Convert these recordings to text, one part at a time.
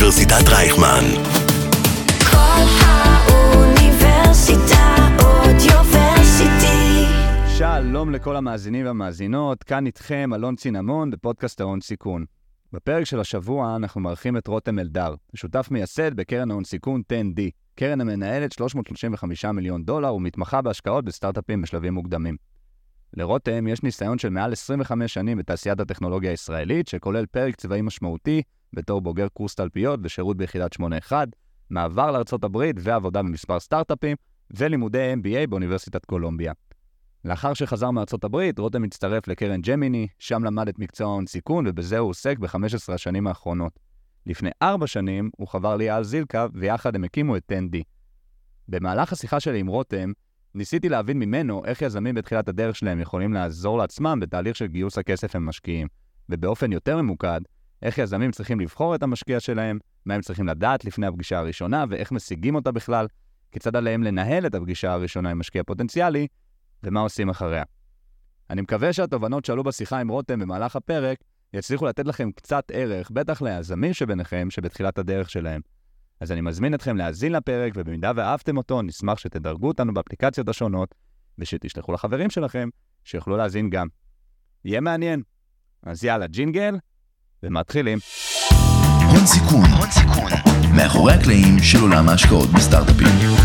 אוניברסיטת רייכמן. כל האוניברסיטה אודיוורסיטי. שלום לכל המאזינים והמאזינות, כאן איתכם אלון צינמון בפודקאסט ההון סיכון. בפרק של השבוע אנחנו מארחים את רותם אלדר, שותף מייסד בקרן ההון סיכון 10D. קרן המנהלת $335 מיליון ומתמחה בהשקעות בסטארט-אפים בשלבים מוקדמים. לרותם יש ניסיון של מעל 25 שנים בתעשיית הטכנולוגיה הישראלית, שכולל פרק צבאי משמעותי בתור בוגר קורס תלפיות ושירות ביחידת 81, מעבר לארצות הברית ועבודה במספר סטארט-אפים, ולימודי MBA באוניברסיטת קולומביה. לאחר שחזר מארצות הברית, רותם הצטרף לקרן ג'מיני, שם למד את מקצוע ההון סיכון, ובזה הוא עוסק ב-15 השנים האחרונות. לפני 4 שנים הוא חבר ליאל זילקה, ויחד הם הקימו את 10D. במהלך השיחה שלי עם רותם, ניסיתי להבין ממנו איך יזמים בתחילת הדרך שלהם יכולים לעזור לעצמם בתהליך של גיוס הכסף הם משקיעים, ובאופן יותר ממוקד, איך יזמים צריכים לבחור את המשקיע שלהם, מה הם צריכים לדעת לפני הפגישה הראשונה, ואיך משיגים אותה בכלל, כיצד עליהם לנהל את הפגישה הראשונה עם משקיע פוטנציאלי, ומה עושים אחריה. אני מקווה שהתובנות שעלו בשיחה עם רותם במהלך הפרק יצליחו לתת לכם קצת ערך, בטח ליזמים שביניכם שבתחילת הדרך שלהם. אז אני מזמין אתכם להאזין לפרק, ובמידה ואהבתם אותו, נשמח שתדרגו אותנו באפליקציות השונות, ושתשלחו לחברים שלכם שיוכלו להאזין גם. יהיה מעניין. אז יאללה, ג'ינגל, ומתחילים. הון סיכון, מאחורי הקלעים של עולם ההשקעות בסטארט-אפים.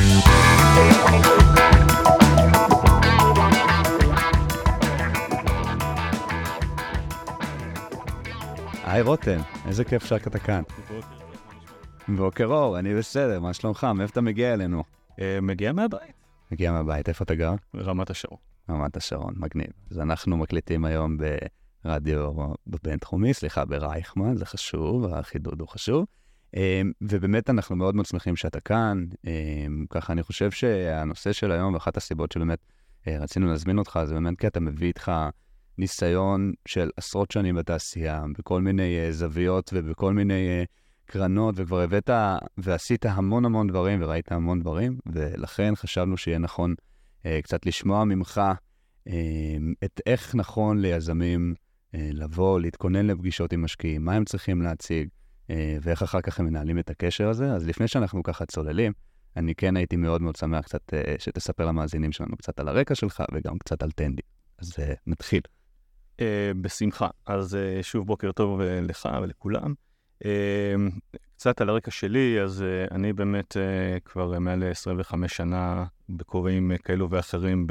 היי רותם, איזה כיף שאתה כאן. בוקר אור, אני בסדר, מה שלומך? מאיפה אתה מגיע אלינו? מגיע מהבית. מגיע מהבית, איפה אתה גר? רמת השרון. רמת השרון, מגניב. אז אנחנו מקליטים היום ברדיו בבינתחומי, ברייכמן, זה חשוב, החידוד הוא חשוב. ובאמת אנחנו מאוד מאוד שמחים שאתה כאן. ככה אני חושב שהנושא של היום, ואחת הסיבות שבאמת רצינו להזמין אותך, זה באמת כי אתה מביא איתך ניסיון של עשרות שנים בתעשייה, בכל מיני זוויות ובכל מיני קרנות, וכבר הבאת ועשית המון המון דברים וראית המון דברים, ולכן חשבנו שיהיה נכון קצת לשמוע ממך את איך נכון ליזמים לבוא, להתכונן לפגישות עם משקיעים, מה הם צריכים להציג, ואיך אחר כך הם מנהלים את הקשר הזה. אז לפני שאנחנו ככה צוללים, אני כן הייתי מאוד מאוד שמח קצת שתספר למאזינים שלנו קצת על הרקע שלך וגם קצת על 10D. אז נתחיל. בשמחה. אז שוב בוקר טוב לך ולכולם. קצת על הרקע שלי, אז אני באמת כבר מעל 25 שנה בכובעים כאלו ואחרים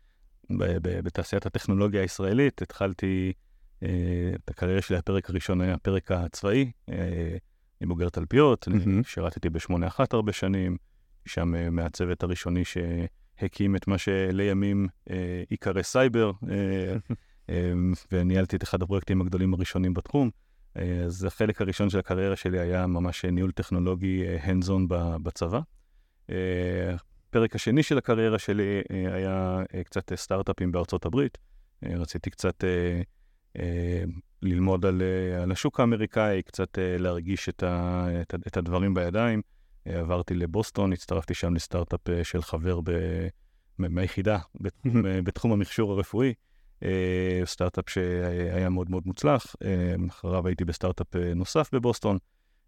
בתעשיית הטכנולוגיה הישראלית. התחלתי את הקריירה שלי, הפרק הראשון היה הפרק הצבאי, אני בוגר תלפיות, שירתתי ב-81 הרבה שנים, שם מהצוות הראשוני שהקים את מה שלימים עיקרי סייבר, וניהלתי את אחד הפרויקטים הגדולים הראשונים בתחום. אז החלק הראשון של הקריירה שלי היה ממש ניהול טכנולוגי hands-on בצבא. הפרק השני של הקריירה שלי היה קצת סטארט-אפים בארצות הברית. רציתי קצת ללמוד על השוק האמריקאי, קצת להרגיש את הדברים בידיים. עברתי לבוסטון, הצטרפתי שם לסטארט-אפ של חבר מהיחידה בתחום המכשור הרפואי. סטארט-אפ שהיה מאוד מאוד מוצלח. אחריו הייתי בסטארט-אפ נוסף בבוסטון.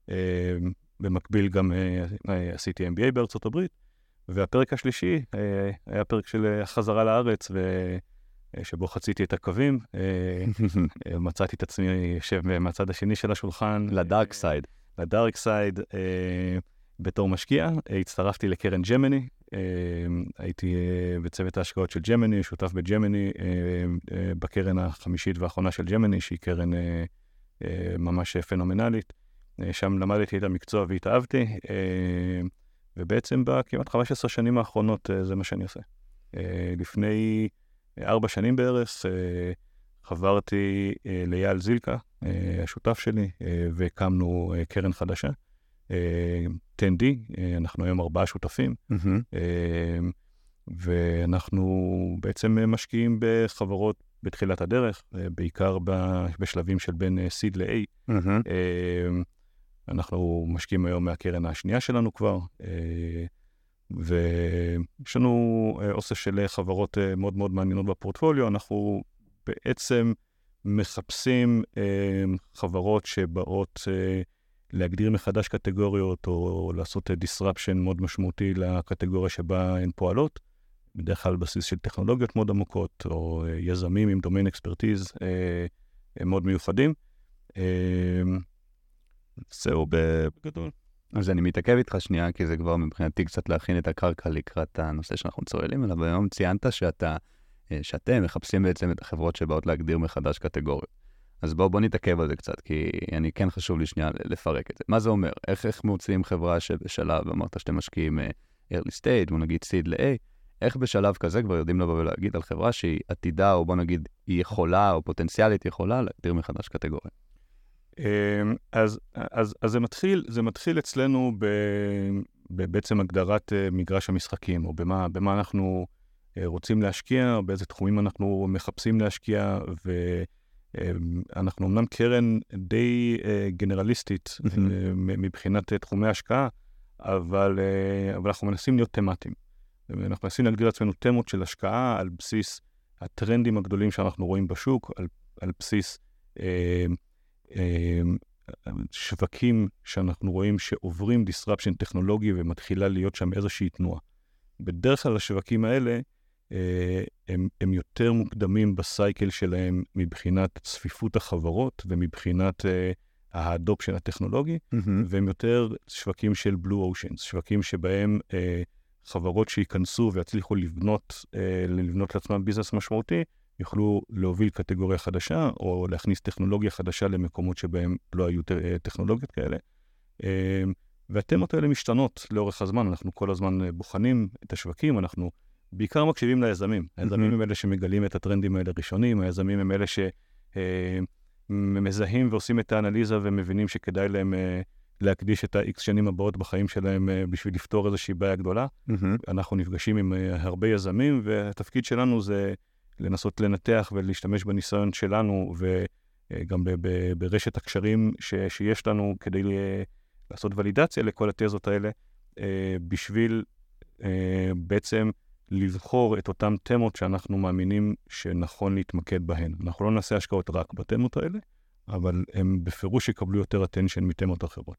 במקביל גם עשיתי MBA בארצות הברית. והפרק השלישי היה פרק של החזרה לארץ, שבו חציתי את הקווים. מצאתי את עצמי יושב מהצד השני של השולחן. לדארק סייד. לדארק סייד. בתור משקיע, הצטרפתי לקרן ג'מיני, הייתי בצוות ההשקעות של ג'מיני, שותף בג'מיני, בקרן החמישית והאחרונה של ג'מיני, שהיא קרן ממש פנומנלית. שם למדתי את המקצוע והתאהבתי, ובעצם בכמעט 15 שנים האחרונות זה מה שאני עושה. לפני 4 שנים בערך, חברתי ליאל זילקה, השותף שלי, והקמנו קרן חדשה. 10D, אנחנו היום 4 שותפים, ואנחנו בעצם משקיעים בחברות בתחילת הדרך, בעיקר בשלבים של בין C ל-A. אנחנו משקיעים היום מהקרן השנייה שלנו כבר, ויש לנו אוסף של חברות מאוד מאוד מעניינות בפורטפוליו. אנחנו בעצם מחפשים חברות שבאות להגדיר מחדש קטגוריות או לעשות disruption מאוד משמעותי לקטגוריה שבה הן פועלות, בדרך כלל בסיס של טכנולוגיות מאוד עמוקות, או יזמים עם דומיין אקספרטיז מאוד מיוחדים. זהו בגדול. אז אני מתעכב איתך שנייה, כי זה כבר מבחינתי קצת להכין את הקרקע לקראת הנושא שאנחנו צוללים אליו. היום ציינת שאתם מחפשים בעצם את החברות שבאות להגדיר מחדש קטגוריות. אז בוא נתעכב על זה קצת, כי אני כן חשוב לי שנייה לפרק את זה. מה זה אומר? איך מוצאים חברה שבשלב, אמרת שאתם משקיעים early stage, בוא נגיד seed ל-A, איך בשלב כזה כבר יודעים לבוא ולהגיד על חברה שהיא עתידה, או בוא נגיד היא יכולה, או פוטנציאלית יכולה, להגדיר מחדש קטגוריה? אז זה מתחיל אצלנו בעצם הגדרת מגרש המשחקים, או במה אנחנו רוצים להשקיע, או באיזה תחומים אנחנו מחפשים להשקיע, ואנחנו אמנם קרן די גנרליסטית מבחינת תחומי השקעה, אבל אנחנו מנסים להיות תמטיים. אנחנו מנסים להגדיר לעצמנו תמות של השקעה על בסיס הטרנדים הגדולים שאנחנו רואים בשוק, על בסיס שווקים שאנחנו רואים שעוברים disruption טכנולוגי ומתחילה להיות שם איזושהי תנועה. בדרך כלל השווקים האלה הם יותר מוקדמים בסייקל שלהם מבחינת צפיפות החברות ומבחינת האדופשן הטכנולוגי, והם יותר שווקים של blue oceans, שווקים שבהם חברות שייכנסו ויצליחו לבנות לעצמם ביזנס משמעותי, יוכלו להוביל קטגוריה חדשה, או להכניס טכנולוגיה חדשה למקומות שבהם לא היו טכנולוגיות כאלה. והתמות האלה משתנות לאורך הזמן, אנחנו כל הזמן בוחנים את השווקים, אנחנו בעיקר מקשיבים ליזמים. היזמים הם אלה שמגלים את הטרנדים האלה ראשונים, היזמים הם אלה שמזהים ועושים את האנליזה ומבינים שכדאי להם להקדיש את ה-X שנים הבאות בחיים שלהם בשביל לפתור איזושהי בעיה גדולה. אנחנו נפגשים עם הרבה יזמים, והתפקיד שלנו זה לנסות לנתח ולהשתמש בניסיון שלנו, וגם ברשת הקשרים שיש לנו כדי לעשות ולידציה לכל התזות האלה, בשביל בעצם לבחור את אותם תמות שאנחנו מאמינים שנכון להתמקד בהן. אנחנו לא נעשה השקעות רק בתמות האלה, אבל הם בפירוש יקבלו יותר attention מתמות אחרות.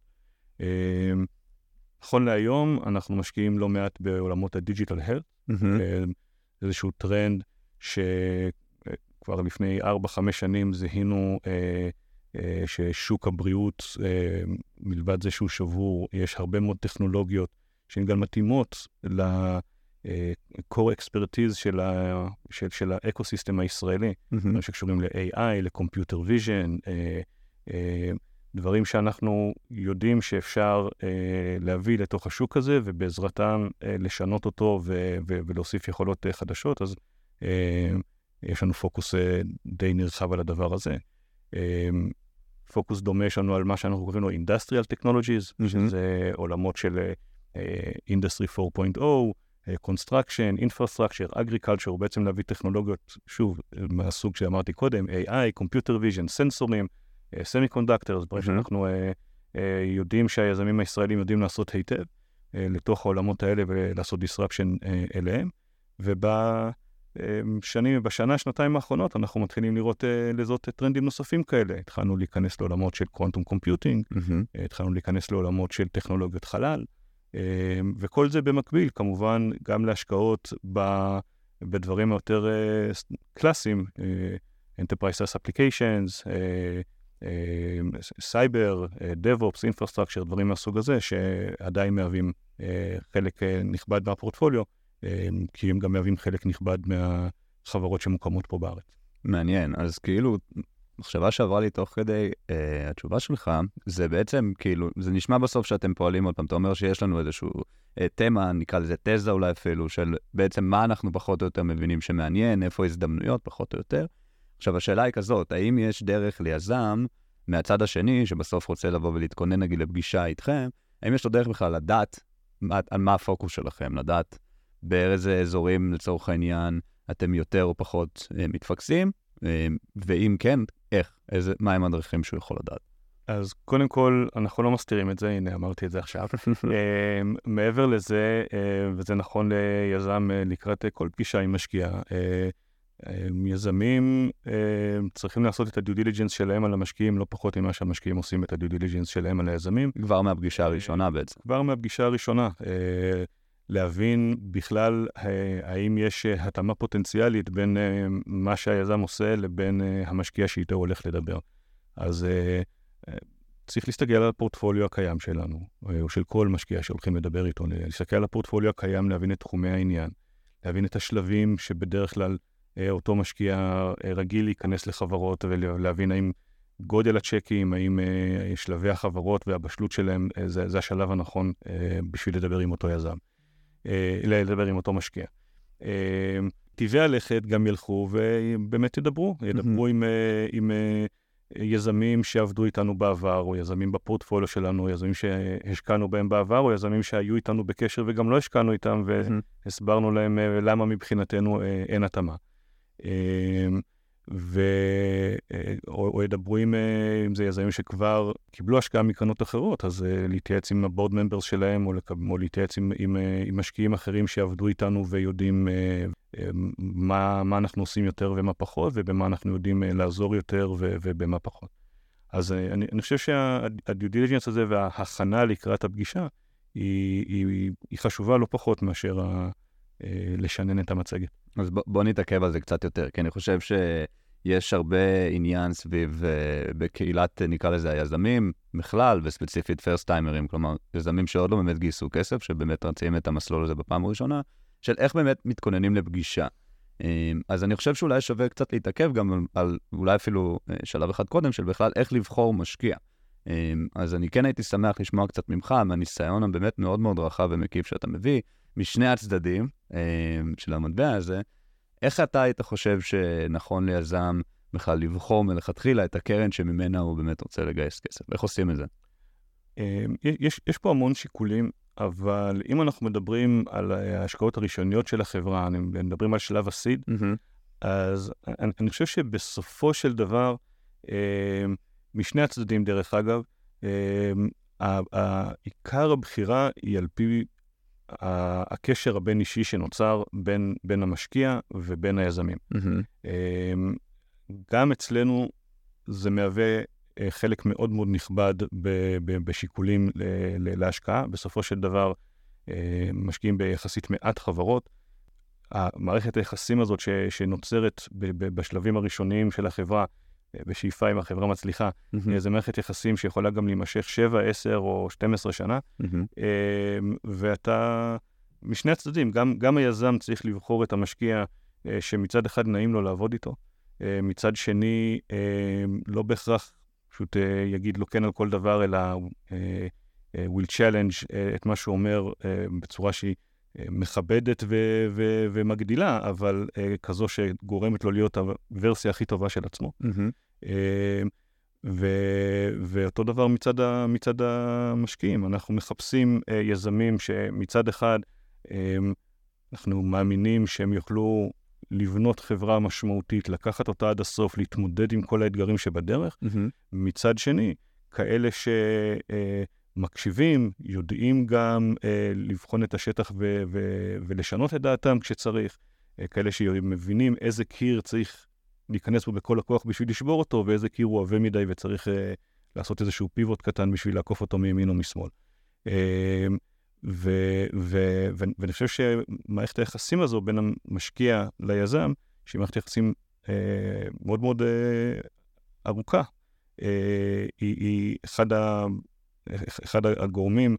נכון להיום, אנחנו משקיעים לא מעט בעולמות הדיג'יטל הלט, איזשהו טרנד שכבר לפני 4-5 שנים זהינו ששוק הבריאות, מלבד זה שהוא שבור, יש הרבה מאוד טכנולוגיות שהן גם מתאימות ל-core expertise של האקוסיסטם הישראלי, שקשורים ל-AI, ל-computer vision, דברים שאנחנו יודעים שאפשר להביא לתוך השוק הזה, ובעזרתם לשנות אותו ולהוסיף יכולות חדשות, אז יש לנו פוקוס די נרחב על הדבר הזה. פוקוס דומה יש לנו על מה שאנחנו קוראים לו Industrial Technologies, שזה עולמות של Industry 4.0, Construction, Infrastructure, Agriculture, בעצם להביא טכנולוגיות, שוב, מהסוג שאמרתי קודם, AI, Computer Vision, סנסורים, Semiconductors, דברים שאנחנו יודעים שהיזמים הישראלים יודעים לעשות היטב לתוך העולמות האלה ולעשות disruption אליהם, בשנה, שנתיים האחרונות, אנחנו מתחילים לזהות טרנדים נוספים כאלה. התחלנו להיכנס לעולמות של קוונטום קומפיוטינג, התחלנו להיכנס לעולמות של טכנולוגיות חלל, וכל זה במקביל, כמובן, גם להשקעות בדברים היותר קלאסיים, Enterprise SaaS Applications, Cyber, DevOps, Infrastructure, דברים מהסוג הזה, שעדיין מהווים חלק נכבד מהפורטפוליו, כי הם גם מהווים חלק נכבד מהחברות שמוקמות פה בארץ. מעניין, אז כאילו, מחשבה שעברה לי תוך כדי התשובה שלך, זה בעצם כאילו, זה נשמע בסוף שאתם פועלים עוד פעם, אתה אומר שיש לנו איזשהו תמה, נקרא לזה תזה אולי אפילו, של בעצם מה אנחנו פחות או יותר מבינים שמעניין, איפה הזדמנויות פחות או יותר. עכשיו, השאלה היא כזאת, האם יש דרך ליזם מהצד השני, שבסוף רוצה לבוא ולהתכונן נגיד לפגישה איתכם, האם יש לו דרך בכלל לדעת על מה הפוקוס שלכם, לדעת באיזה אזורים לצורך העניין אתם יותר או פחות מתפקסים, ואם כן, איך? מה הם הדרכים שהוא יכול לדעת? אז קודם כל, אנחנו לא מסתירים את זה, הנה אמרתי את זה עכשיו. מעבר לזה, וזה נכון ליזם לקראת כל פגישה עם משקיע, יזמים צריכים לעשות את הדיו דיליג'נס שלהם על המשקיעים, לא פחות ממה שהמשקיעים עושים את הדיו דיליג'נס שלהם על היזמים. כבר מהפגישה הראשונה בעצם. כבר מהפגישה הראשונה. להבין בכלל האם יש התאמה פוטנציאלית בין מה שהיזם עושה לבין המשקיע שאיתו הולך לדבר. אז צריך להסתכל על הפורטפוליו הקיים שלנו, או של כל משקיע שהולכים לדבר איתו, להסתכל על הפורטפוליו הקיים, להבין את תחומי העניין, להבין את השלבים שבדרך כלל אותו משקיע רגיל להיכנס לחברות, ולהבין האם גודל הצ'קים, האם שלבי החברות והבשלות שלהם, זה השלב הנכון בשביל לדבר עם אותו יזם, לדבר עם אותו משקיע. טבעי הלכת גם ילכו ובאמת ידברו עם יזמים שעבדו איתנו בעבר, או יזמים בפורטפוליו שלנו, או יזמים שהשקענו בהם בעבר, או יזמים שהיו איתנו בקשר וגם לא השקענו איתם, והסברנו להם למה מבחינתנו אין התאמה. או ידברו עם זה יזמים שכבר קיבלו השקעה מקרנות אחרות, אז להתייעץ עם הבורד ממברס שלהם, או להתייעץ עם משקיעים אחרים שעבדו איתנו ויודעים מה אנחנו עושים יותר ומה פחות, ובמה אנחנו יודעים לעזור יותר ובמה פחות. אז אני חושב שהדיו דיליג'נס הזה וההכנה לקראת הפגישה היא חשובה לא פחות מאשר לשנן את המצגת. אז בוא נתעכב על זה קצת יותר, כי אני חושב שיש הרבה עניין סביב בקהילת, נקרא לזה, היזמים בכלל, וספציפית פרסט טיימרים, כלומר, יזמים שעוד לא באמת גייסו כסף, שבאמת רצים את המסלול הזה בפעם הראשונה, של איך באמת מתכוננים לפגישה. אז אני חושב שאולי שווה קצת להתעכב גם על אולי אפילו שלב אחד קודם, של בכלל איך לבחור משקיע. אז אני כן הייתי שמח לשמוע קצת ממך, מהניסיון הבאמת מאוד מאוד רחב ומקיף שאתה מביא, משני הצדדים של המטבע הזה, איך אתה היית חושב שנכון ליזם בכלל לבחור מלכתחילה את הקרן שממנה הוא באמת רוצה לגייס כסף? איך עושים את זה? יש פה המון שיקולים, אבל אם אנחנו מדברים על ההשקעות הראשוניות של החברה, מדברים על שלב הסיד, אז אני חושב שבסופו של דבר, משני הצדדים דרך אגב, עיקר הבחירה היא על פי הקשר הבין אישי שנוצר בין המשקיע ובין היזמים. גם אצלנו זה מהווה חלק מאוד מאוד נכבד בשיקולים להשקעה. בסופו של דבר משקיעים ביחסית מעט חברות. המערכת היחסים הזאת שנוצרת בשלבים הראשוניים של החברה, בשאיפה אם החברה מצליחה, זה מערכת יחסים שיכולה גם להימשך 7, 10 או 12 שנה, ואתה, משני הצדדים, גם היזם צריך לבחור את המשקיע שמצד אחד נעים לו לעבוד איתו, מצד שני לא בהכרח פשוט יגיד לו כן על כל דבר, אלא will challenge את מה שהוא אומר בצורה שהיא מכבדת ומגדילה, אבל כזו שגורמת לו להיות הוורסיה הכי טובה של עצמו. ואותו דבר מצד המשקיעים. אנחנו מחפשים יזמים שמצד אחד אנחנו מאמינים שהם יוכלו לבנות חברה משמעותית, לקחת אותה עד הסוף, להתמודד עם כל האתגרים שבדרך. מצד שני, כאלה מקשיבים, יודעים גם לבחון את השטח ולשנות את דעתם כשצריך, כאלה שמבינים איזה קיר צריך להיכנס בו בכל הכוח בשביל לשבור אותו, ואיזה קיר הוא עבה מדי וצריך לעשות איזשהו פיבוט קטן בשביל לעקוף אותו מימין או משמאל. ואני חושב שמערכת היחסים הזו בין המשקיע ליזם, שהיא מערכת יחסים מאוד מאוד ארוכה, היא אחד הגורמים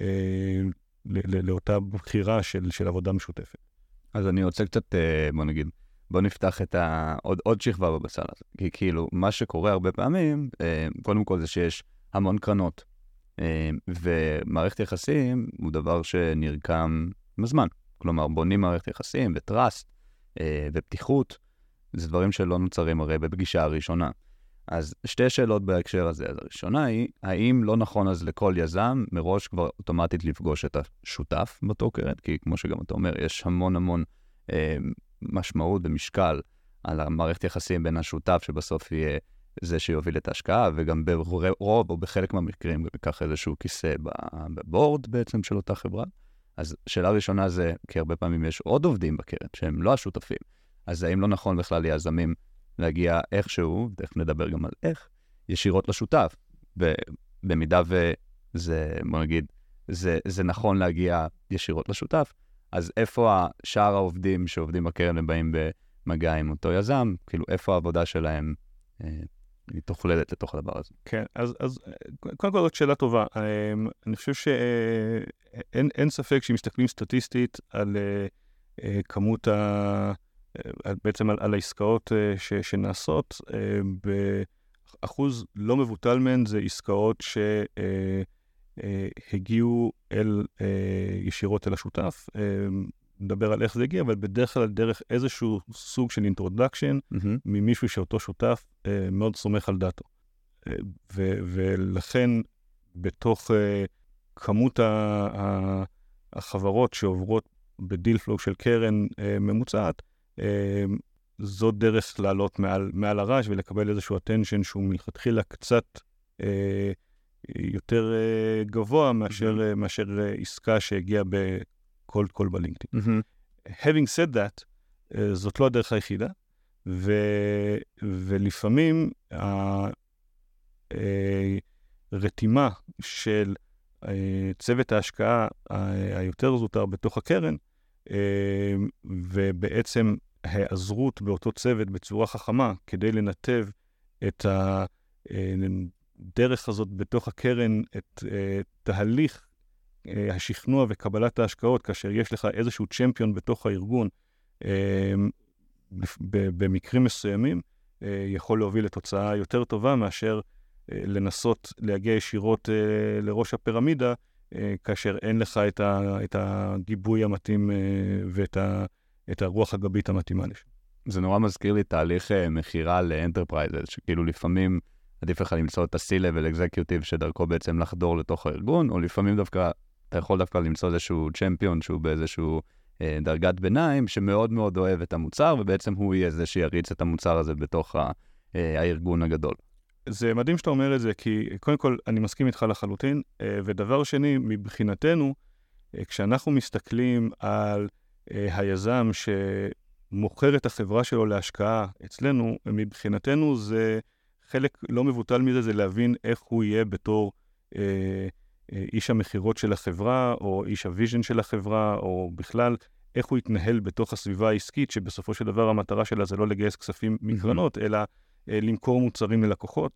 לאותה בחירה של עבודה משותפת. אז אני רוצה קצת, בוא נפתח את עוד שכבה בבצל הזה. כי כאילו, מה שקורה הרבה פעמים, קודם כל זה שיש המון קרנות, ומערכת יחסים הוא דבר שנרקם עם הזמן. כלומר, בונים מערכת יחסים וטרסט ופתיחות, זה דברים שלא נוצרים הרי בפגישה הראשונה. אז שתי שאלות בהקשר הזה. אז הראשונה היא, האם לא נכון אז לכל יזם מראש כבר אוטומטית לפגוש את השותף באותו קרן? כי כמו שגם אתה אומר, יש המון משמעות ומשקל על המערכת יחסים בין השותף שבסוף יהיה זה שיוביל את ההשקעה, וגם ברוב או בחלק מהמקרים ייקח איזשהו כיסא בבורד בעצם של אותה חברה. אז שאלה ראשונה זה, כי הרבה פעמים יש עוד עובדים בקרן שהם לא השותפים. אז האם לא נכון בכלל ליזמים להגיע איכשהו, תכף נדבר גם על איך, ישירות לשותף, ובמידה וזה, בוא נגיד, זה נכון להגיע ישירות לשותף, אז איפה שאר העובדים שעובדים בקרן ובאים במגע עם אותו יזם, כאילו איפה העבודה שלהם היא תוכללת לתוך הדבר הזה? כן, אז קודם כל זאת שאלה טובה. אני חושב שאין ספק שמסתכלים סטטיסטית על כמות בעצם על העסקאות שנעשות, באחוז לא מבוטל מהן זה עסקאות שהגיעו ישירות אל השותף. נדבר על איך זה הגיע, אבל בדרך כלל דרך איזשהו סוג של אינטרודקשן ממישהו שאותו שותף מאוד סומך על דעתו. ולכן בתוך כמות החברות שעוברות בדיל פלואו של קרן ממוצעת, זו דרך לעלות מעל הרעש ולקבל איזשהו attention שהוא מלכתחילה קצת יותר גבוה מאשר עסקה שהגיעה בקולד קול בלינקדאין. Having said that, זאת לא הדרך היחידה, ולפעמים הרתימה של צוות ההשקעה היותר זוטר בתוך הקרן, ובעצם העזרות באותו צוות בצורה חכמה, כדי לנתב את הדרך הזאת בתוך הקרן, את תהליך השכנוע וקבלת ההשקעות, כאשר יש לך איזשהו צ'מפיון בתוך הארגון, במקרים מסוימים, יכול להוביל לתוצאה יותר טובה מאשר לנסות להגיע ישירות לראש הפירמידה, כאשר אין לך את הגיבוי המתאים ואת הרוח הגבית המתאימה לשם. זה נורא מזכיר לי תהליך מחירה לאנטרפרייזס, שכאילו לפעמים עדיף לך למצוא את ה-C-Level Executive שדרכו בעצם לחדור לתוך הארגון, או לפעמים דווקא, אתה יכול דווקא למצוא איזשהו צ'מפיון שהוא באיזשהו דרגת ביניים, שמאוד מאוד אוהב את המוצר, ובעצם הוא יהיה זה שיריץ את המוצר הזה בתוך הארגון הגדול. זה מדהים שאתה אומר את זה, כי קודם כל אני מסכים איתך לחלוטין, ודבר שני, מבחינתנו, כשאנחנו מסתכלים על היזם שמוכר את החברה שלו להשקעה אצלנו, מבחינתנו זה חלק לא מבוטל מזה, זה להבין איך הוא יהיה בתור איש המחירות של החברה, או איש הוויז'ן של החברה, או בכלל איך הוא יתנהל בתוך הסביבה העסקית, שבסופו של דבר המטרה שלה זה לא לגייס כספים מקרנות, אלא למכור מוצרים ללקוחות.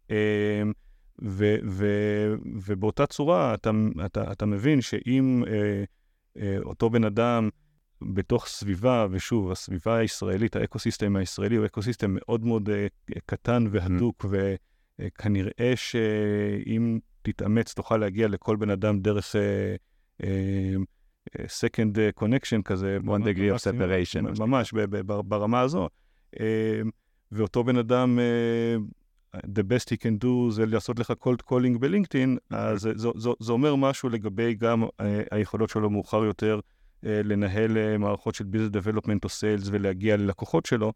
ובאותה צורה אתה מבין שאם אותו בן אדם בתוך סביבה, ושוב, הסביבה הישראלית, האקוסיסטם הישראלי הוא אקוסיסטם מאוד מאוד קטן והדוק, וכנראה שאם תתאמץ תוכל להגיע לכל בן אדם דרך second connection כזה. One degree of separation. ממש, ברמה הזו. ואותו בן אדם, the best he can do זה לעשות לך cold calling בלינקדאין, אז זה אומר משהו לגבי גם היכולות שלו מאוחר יותר לנהל מערכות של business development או sales ולהגיע ללקוחות שלו,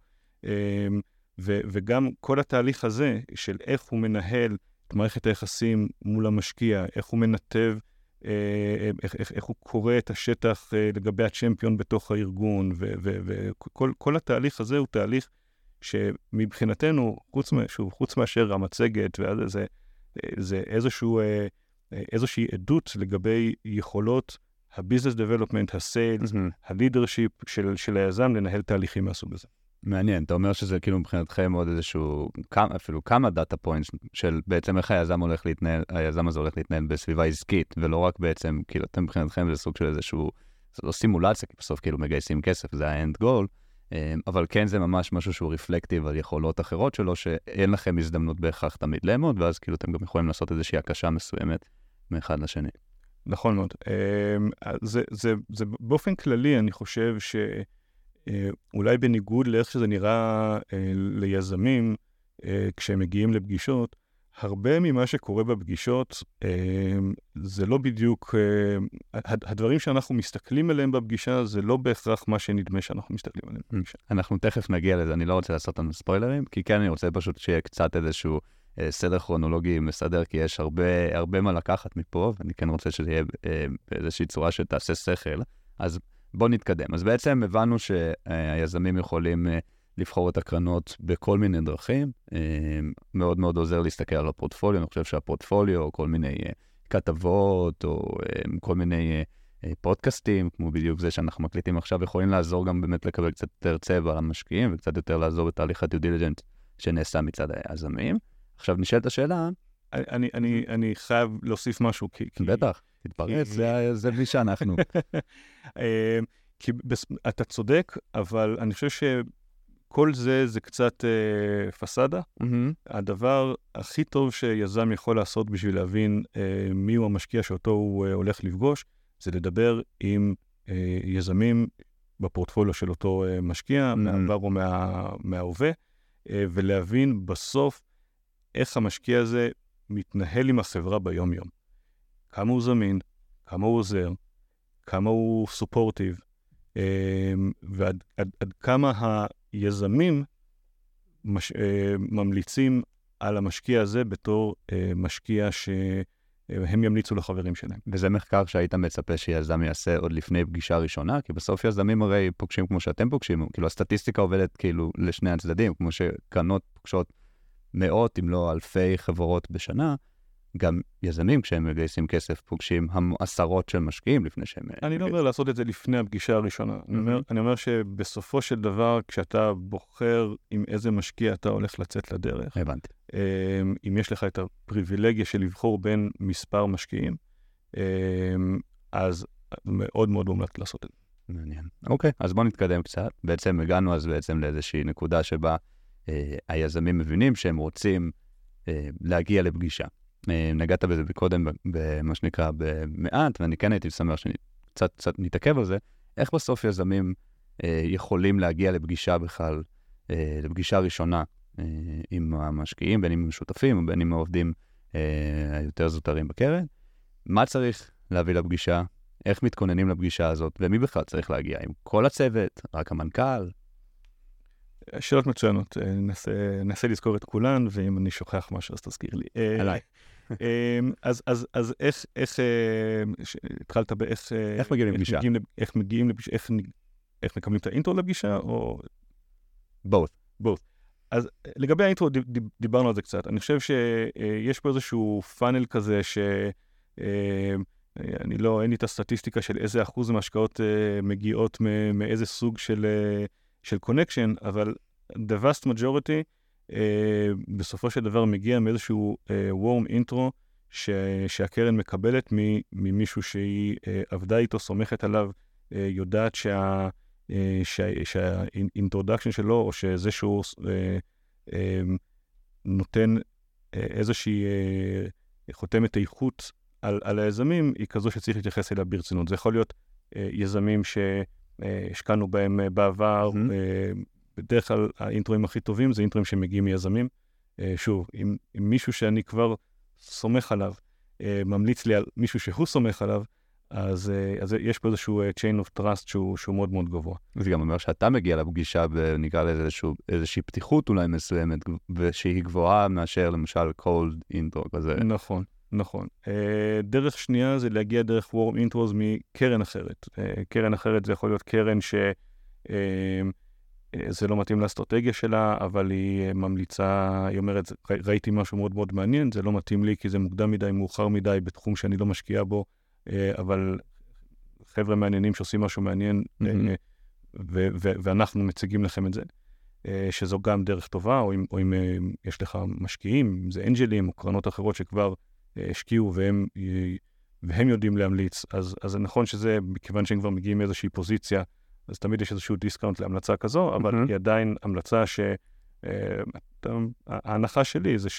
וגם כל התהליך הזה של איך הוא מנהל את מערכת היחסים מול המשקיע, איך הוא מנתב, איך הוא קורא את השטח לגבי הצ'מפיון בתוך הארגון, וכל התהליך הזה הוא תהליך שמבחינתנו, חוץ מאשר המצגת, זה איזושהי עדות לגבי יכולות הביזנס דבלופמנט, הסיילס, הלידרשיפ של היזם לנהל תהליכים מהסוג הזה. מעניין, אתה אומר שזה כאילו מבחינתכם עוד איזשהו, אפילו כמה דאטה פוינטס של בעצם איך היזם הזה הולך להתנהל בסביבה עסקית, ולא רק בעצם, כאילו אתם מבחינתכם זה סוג של איזשהו, זה לא סימולציה, כי בסוף כאילו מגייסים כסף, זה ה-end goal, אבל כן זה ממש משהו שהוא רפלקטיב על יכולות אחרות שלו, שאין לכם הזדמנות בהכרח תמיד לאמוד, ואז כאילו אתם גם יכולים לעשות איזושהי הקשה מסוימת מאחד לשני. נכון מאוד. זה באופן כללי, אני חושב שאולי בניגוד לאיך שזה נראה ליזמים, כשהם מגיעים לפגישות, הרבה ממה שקורה בפגישות, זה לא בדיוק, הדברים שאנחנו מסתכלים עליהם בפגישה, זה לא בהכרח מה שנדמה שאנחנו מסתכלים עליהם בפגישה. אנחנו תכף נגיע לזה, אני לא רוצה לעשות לנו ספוילרים, כי כן אני רוצה פשוט שיהיה קצת איזשהו סדר כרונולוגי מסדר, כי יש הרבה מה לקחת מפה, ואני כן רוצה שזה יהיה באיזושהי צורה שתעשה שכל. אז בואו נתקדם. אז בעצם הבנו שהיזמים יכולים לבחור את הקרנות בכל מיני דרכים. מאוד מאוד עוזר להסתכל על הפורטפוליו. אני חושב שהפורטפוליו, או כל מיני כתבות, או כל מיני פודקאסטים, כמו בדיוק זה שאנחנו מקליטים עכשיו, יכולים לעזור גם באמת לקבל קצת יותר צבע על המשקיעים, וקצת יותר לעזור בתהליך ה-due diligence שנעשה מצד היזמים. עכשיו נשאלת השאלה... אני חייב להוסיף משהו, כי... בטח, תתפרץ, זה מי שאנחנו. כי אתה צודק, אבל אני חושב שכל זה קצת פסאדה. הדבר הכי טוב שיזם יכול לעשות בשביל להבין מיהו המשקיע שאותו הוא הולך לפגוש, זה לדבר עם יזמים בפורטפוליו של אותו משקיע, מהעבר או מההווה, ולהבין בסוף איך המשקיע הזה מתנהל עם החברה ביום-יום. כמה הוא זמין, כמה הוא עוזר, כמה הוא סופורטיב, ועד כמה היזמים ממליצים על המשקיע הזה בתור משקיע שהם ימליצו לחברים שלהם. וזה מחקר שהיית מצפה שיזם יעשה עוד לפני פגישה ראשונה, כי בסוף יזמים הרי פוגשים כמו שאתם פוגשים, כאילו הסטטיסטיקה עובדת כאילו לשני הצדדים, כמו שקרנות פוגשות מאות אם לא אלפי חברות בשנה, גם יזמים כשהם מגייסים כסף פוגשים עשרות של משקיעים לפני שהם... אני לא אומר לעשות את זה לפני הפגישה הראשונה. אני אומר שבסופו של דבר, כשאתה בוחר עם איזה משקיע אתה הולך לצאת לדרך, הבנתי. אם יש לך את הפריבילגיה של לבחור בין מספר משקיעים, אז מאוד מאוד מומלץ לעשות את זה. מעניין. אוקיי, אז בואו נתקדם קצת. בעצם הגענו אז בעצם לאיזושהי נקודה שבה היזמים מבינים שהם רוצים להגיע לפגישה. נגעת בזה קודם, במה שנקרא, במעט, ואני כן הייתי שמח שקצת נתעכב על זה, איך בסוף יזמים יכולים להגיע לפגישה בכלל, לפגישה ראשונה עם המשקיעים, בין עם השותפים, או בין עם העובדים היותר זוטרים בקרן. מה צריך להביא לפגישה? איך מתכוננים לפגישה הזאת? ומי בכלל צריך להגיע? עם כל הצוות? רק המנכ"ל? שאלות מצוינות. ננסה לזכור את כולן, ואם אני שוכח משהו, אז תזכיר לי. עליי. אז איך התחלת איך מגיעים לפגישה? איך מגיעים לפגישה? איך מקבלים את האינטרו לפגישה? או... both. אז לגבי האינטרו דיברנו על זה קצת. אני חושב שיש פה איזשהו פאנל כזה אין לי את הסטטיסטיקה של איזה אחוז מהשקעות מגיעות מאיזה סוג של קונקשן, אבל the vast majority בסופו של דבר מגיע מאיזשהו warm intro שהקרן מקבלת ממישהו שהיא עבדה איתו, סומכת עליו, יודעת שהאינטרודקשן שלו, או שזה שהוא נותן איזושהי חותמת איכות על היזמים, היא כזו שצריך להתייחס אליה ברצינות. זה יכול להיות יזמים שהשקענו בהם בעבר, בדרך כלל האינטרואים הכי טובים זה אינטרואים שמגיעים מיזמים. שוב, אם מישהו שאני כבר סומך עליו, ממליץ לי על מישהו שהוא סומך עליו, אז יש פה איזשהו chain of trust שהוא מאוד מאוד גבוה. זה גם אומר שאתה מגיע לפגישה ונקרא לזה איזושהי פתיחות אולי מסוימת, ושהיא גבוהה מאשר למשל cold intro כזה. נכון. דרך שנייה זה להגיע דרך warm intros מקרן אחרת. קרן אחרת זה יכול להיות קרן זה לא מתאים לאסטרטגיה שלה, אבל היא ממליצה, היא אומרת, ראיתי משהו מאוד מאוד מעניין, זה לא מתאים לי כי זה מוקדם מדי, מאוחר מדי, בתחום שאני לא משקיע בו, אבל חבר'ה מעניינים שעושים משהו מעניין, ואנחנו מציגים לכם את זה, שזו גם דרך טובה, או אם יש לך משקיעים, אם זה אנג'לים או קרנות אחרות שכבר השקיעו והם יודעים להמליץ, אז זה נכון שזה, מכיוון שהם כבר מגיעים מאיזושהי פוזיציה, אז תמיד יש איזשהו דיסקאונט להמלצה כזו, אבל היא עדיין המלצה ההנחה שלי זה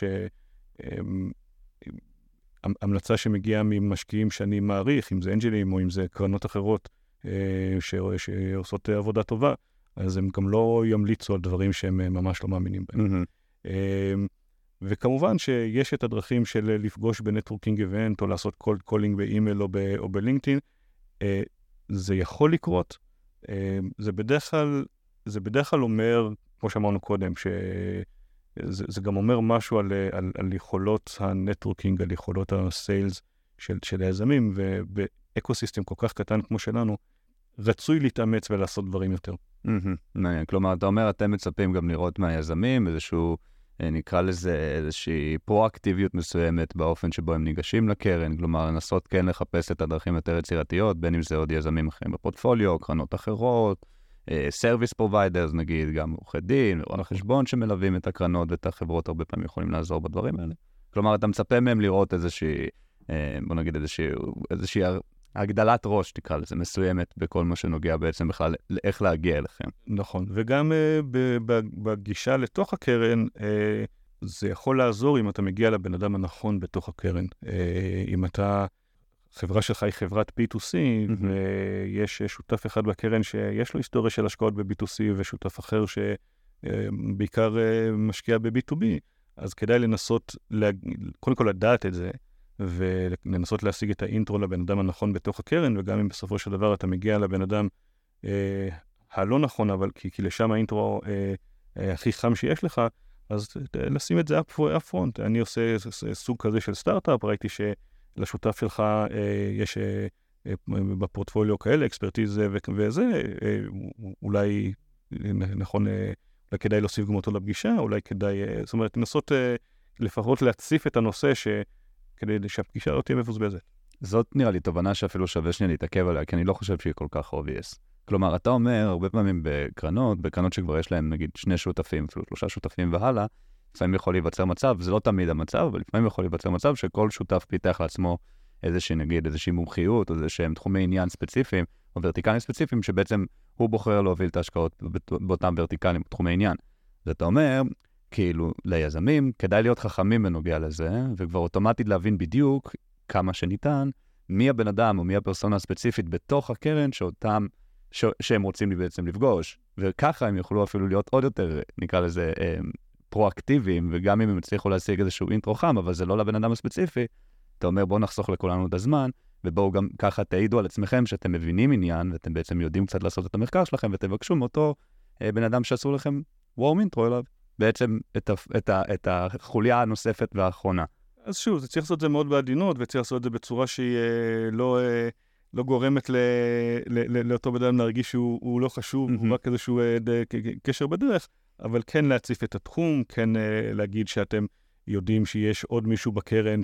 המלצה שמגיעה ממשקיעים שאני מעריך, אם זה אנג'לים או אם זה קרנות אחרות שעושות עבודה טובה, אז הם גם לא ימליצו על דברים שהם ממש לא מאמינים בהם. וכמובן שיש את הדרכים של לפגוש בנטוורקינג איבנט, או לעשות קולד קולינג באימייל או בלינקדאין. זה יכול לקרות. זה בדרך כלל אומר, כמו שאמרנו קודם, שזה גם אומר משהו על יכולות הנטוורקינג, על יכולות הסיילס של היזמים, ובאקוסיסטם כל כך קטן כמו שלנו, רצוי להתאמץ ולעשות דברים יותר. מעניין. כלומר, אתה אומר, אתם מצפים גם לראות מהיזמים איזשהו, נקרא לזה איזושהי פרואקטיביות מסוימת באופן שבו הם ניגשים לקרן, כלומר, לנסות כן לחפש את הדרכים יותר יצירתיות, בין אם זה עוד יזמים אחרים בפורטפוליו, קרנות אחרות, סרוויס פרוביידרס, נגיד, גם עורכי דין, או החשבון שמלווים את הקרנות ואת החברות הרבה פעמים יכולים לעזור בדברים האלה. כלומר, אתה מצפה מהם לראות איזושהי, בוא נגיד איזושהי הגדלת ראש, תקרא לזה, מסוימת בכל מה שנוגע בעצם בכלל לאיך להגיע אליכם. נכון, וגם בגישה לתוך הקרן, זה יכול לעזור אם אתה מגיע לבן אדם הנכון בתוך הקרן. אם אתה, חברה שלך היא חברת B2C, ויש שותף אחד בקרן שיש לו היסטוריה של השקעות ב-B2C, ושותף אחר שבעיקר משקיע ב-B2B, אז כדאי לנסות, קודם כל לדעת את זה, ולנסות להשיג את האינטרו לבן אדם הנכון בתוך הקרן, וגם אם בסופו של דבר אתה מגיע לבן אדם הלא נכון, אבל כי לשם האינטרו הכי חם שיש לך, אז לשים את זה אפרונט. אני עושה סוג כזה של סטארט-אפ, ראיתי שלשותף שלך יש בפורטפוליו כאלה, אקספרטיז וזה, אולי נכון, אולי כדאי להוסיף גם אותו לפגישה, אולי כדאי, זאת אומרת, לנסות לפחות להציף את הנושא כדי שהפגישה לא תהיה מבוזבזת. זאת נראה לי תובנה שאפילו שווה שנייה להתעכב עליה, כי אני לא חושב שהיא כל כך obvious. כלומר, אתה אומר, הרבה פעמים בקרנות שכבר יש להם, נגיד, 2 שותפים, אפילו 3 שותפים והלאה, לפעמים יכול להיווצר מצב, זה לא תמיד המצב, אבל לפעמים יכול להיווצר מצב שכל שותף פיתח לעצמו איזושהי מומחיות, או איזשהם תחומי עניין ספציפיים, או ורטיקלים ספציפיים, שבעצם הוא בוחר להוביל את ההשקעות באותם ורטיקלים, תחומי עניין. ואתה אומר, כאילו, ליזמים, כדאי להיות חכמים בנוגע לזה, וכבר אוטומטית להבין בדיוק כמה שניתן, מי הבן אדם או מי הפרסונה הספציפית בתוך הקרן שהם רוצים בעצם לפגוש. וככה הם יוכלו אפילו להיות עוד יותר, נקרא לזה, פרואקטיביים, וגם אם הם הצליחו להשיג איזשהו אינטרו חם, אבל זה לא לבן אדם הספציפי, אתה אומר, בואו נחסוך לכולנו את הזמן, ובואו גם ככה תעידו על עצמכם שאתם מבינים עניין, ואתם בעצם יודעים קצת לעשות את המחקר שלכם, ותבקשו מאותו בן אדם שעשו לכם וורם אינטרו אליו. בעצם את החוליה הנוספת והאחרונה. אז שוב, זה צריך לעשות את זה מאוד בעדינות, וצריך לעשות את זה בצורה שהיא לא גורמת לאותו בן אדם להרגיש שהוא לא חשוב, הוא רק איזשהו קשר בדרך, אבל כן להציף את התחום, כן להגיד שאתם יודעים שיש עוד מישהו בקרן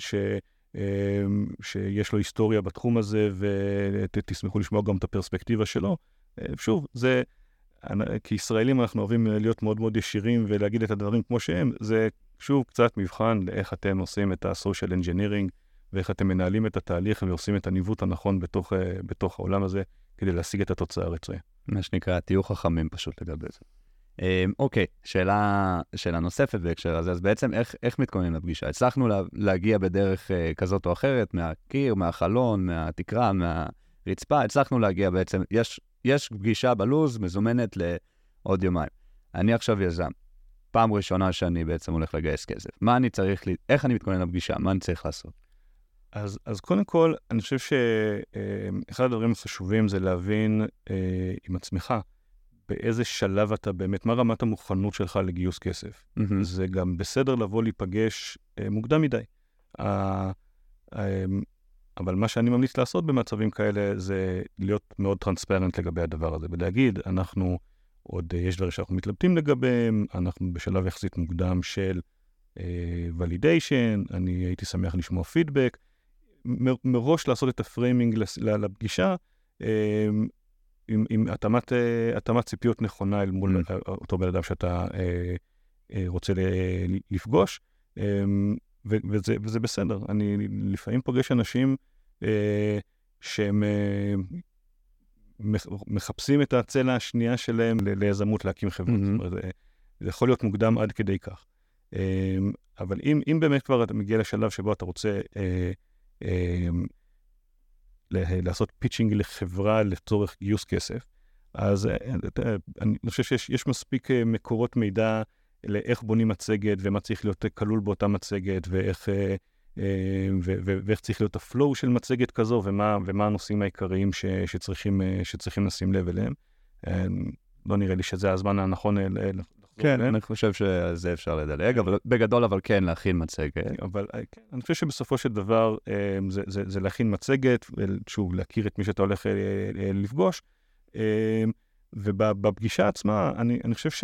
שיש לו היסטוריה בתחום הזה, ותשמחו לשמוע גם את הפרספקטיבה שלו. שוב, זה... כישראלים אנחנו אוהבים להיות מאוד מאוד ישירים ולהגיד את הדברים כמו שהם, זה שוב קצת מבחן לאיך אתם עושים את ה-social engineering ואיך אתם מנהלים את התהליך ועושים את הניווט הנכון בתוך העולם הזה כדי להשיג את התוצאה הרצויה. מה שנקרא, תהיו חכמים פשוט לגבי זה. אוקיי, שאלה נוספת בהקשר הזה, אז בעצם איך מתכוננים לפגישה? הצלחנו להגיע בדרך כזאת או אחרת, מהקיר, מהחלון, מהתקרה, מהרצפה, הצלחנו להגיע בעצם, יש פגישה בלוז מזומנת לעוד יומיים. אני עכשיו יזם. פעם ראשונה שאני בעצם הולך לגייס כסף. מה אני צריך, איך אני מתכונן לפגישה? מה אני צריך לעשות? אז קודם כל, אני חושב שאחד הדברים החשובים זה להבין עם עצמך, באיזה שלב אתה באמת, מה רמת המוכנות שלך לגיוס כסף. זה גם בסדר לבוא להיפגש מוקדם מדי. אבל מה שאני ממליץ לעשות במצבים כאלה זה להיות מאוד טרנספרנט לגבי הדבר הזה, ולהגיד, אנחנו עוד, יש דברים שאנחנו מתלבטים לגביהם, אנחנו בשלב יחסית מוקדם של ולידיישן, אני הייתי שמח לשמוע פידבק, מראש לעשות את הפריימינג לפגישה, עם התאמת ציפיות נכונה אל מול אותו בן אדם שאתה רוצה לפגוש, וזה בסדר. אני לפעמים פוגש אנשים שהם מחפשים את הצלע השנייה שלהם ליזמות להקים חברות. זה יכול להיות מוקדם עד כדי כך. אבל אם באמת כבר אתה מגיע לשלב שבו אתה רוצה לעשות פיצ'ינג לחברה לצורך גיוס כסף, אז אני חושב שיש מספיק מקורות מידע לאיך בונים מצגת, ומה צריך להיות כלול באותה מצגת, ואיך צריך להיות הפלואו של מצגת כזו, ומה הנושאים העיקריים שצריכים לשים לב אליהם. לא נראה לי שזה הזמן הנכון. כן, אני חושב שזה אפשר לדלג, אבל בגדול אבל כן להכין מצגת. אבל אני חושב שבסופו של דבר זה להכין מצגת, שוב, להכיר את מי שאתה הולך לפגוש, ובפגישה עצמה, אני חושב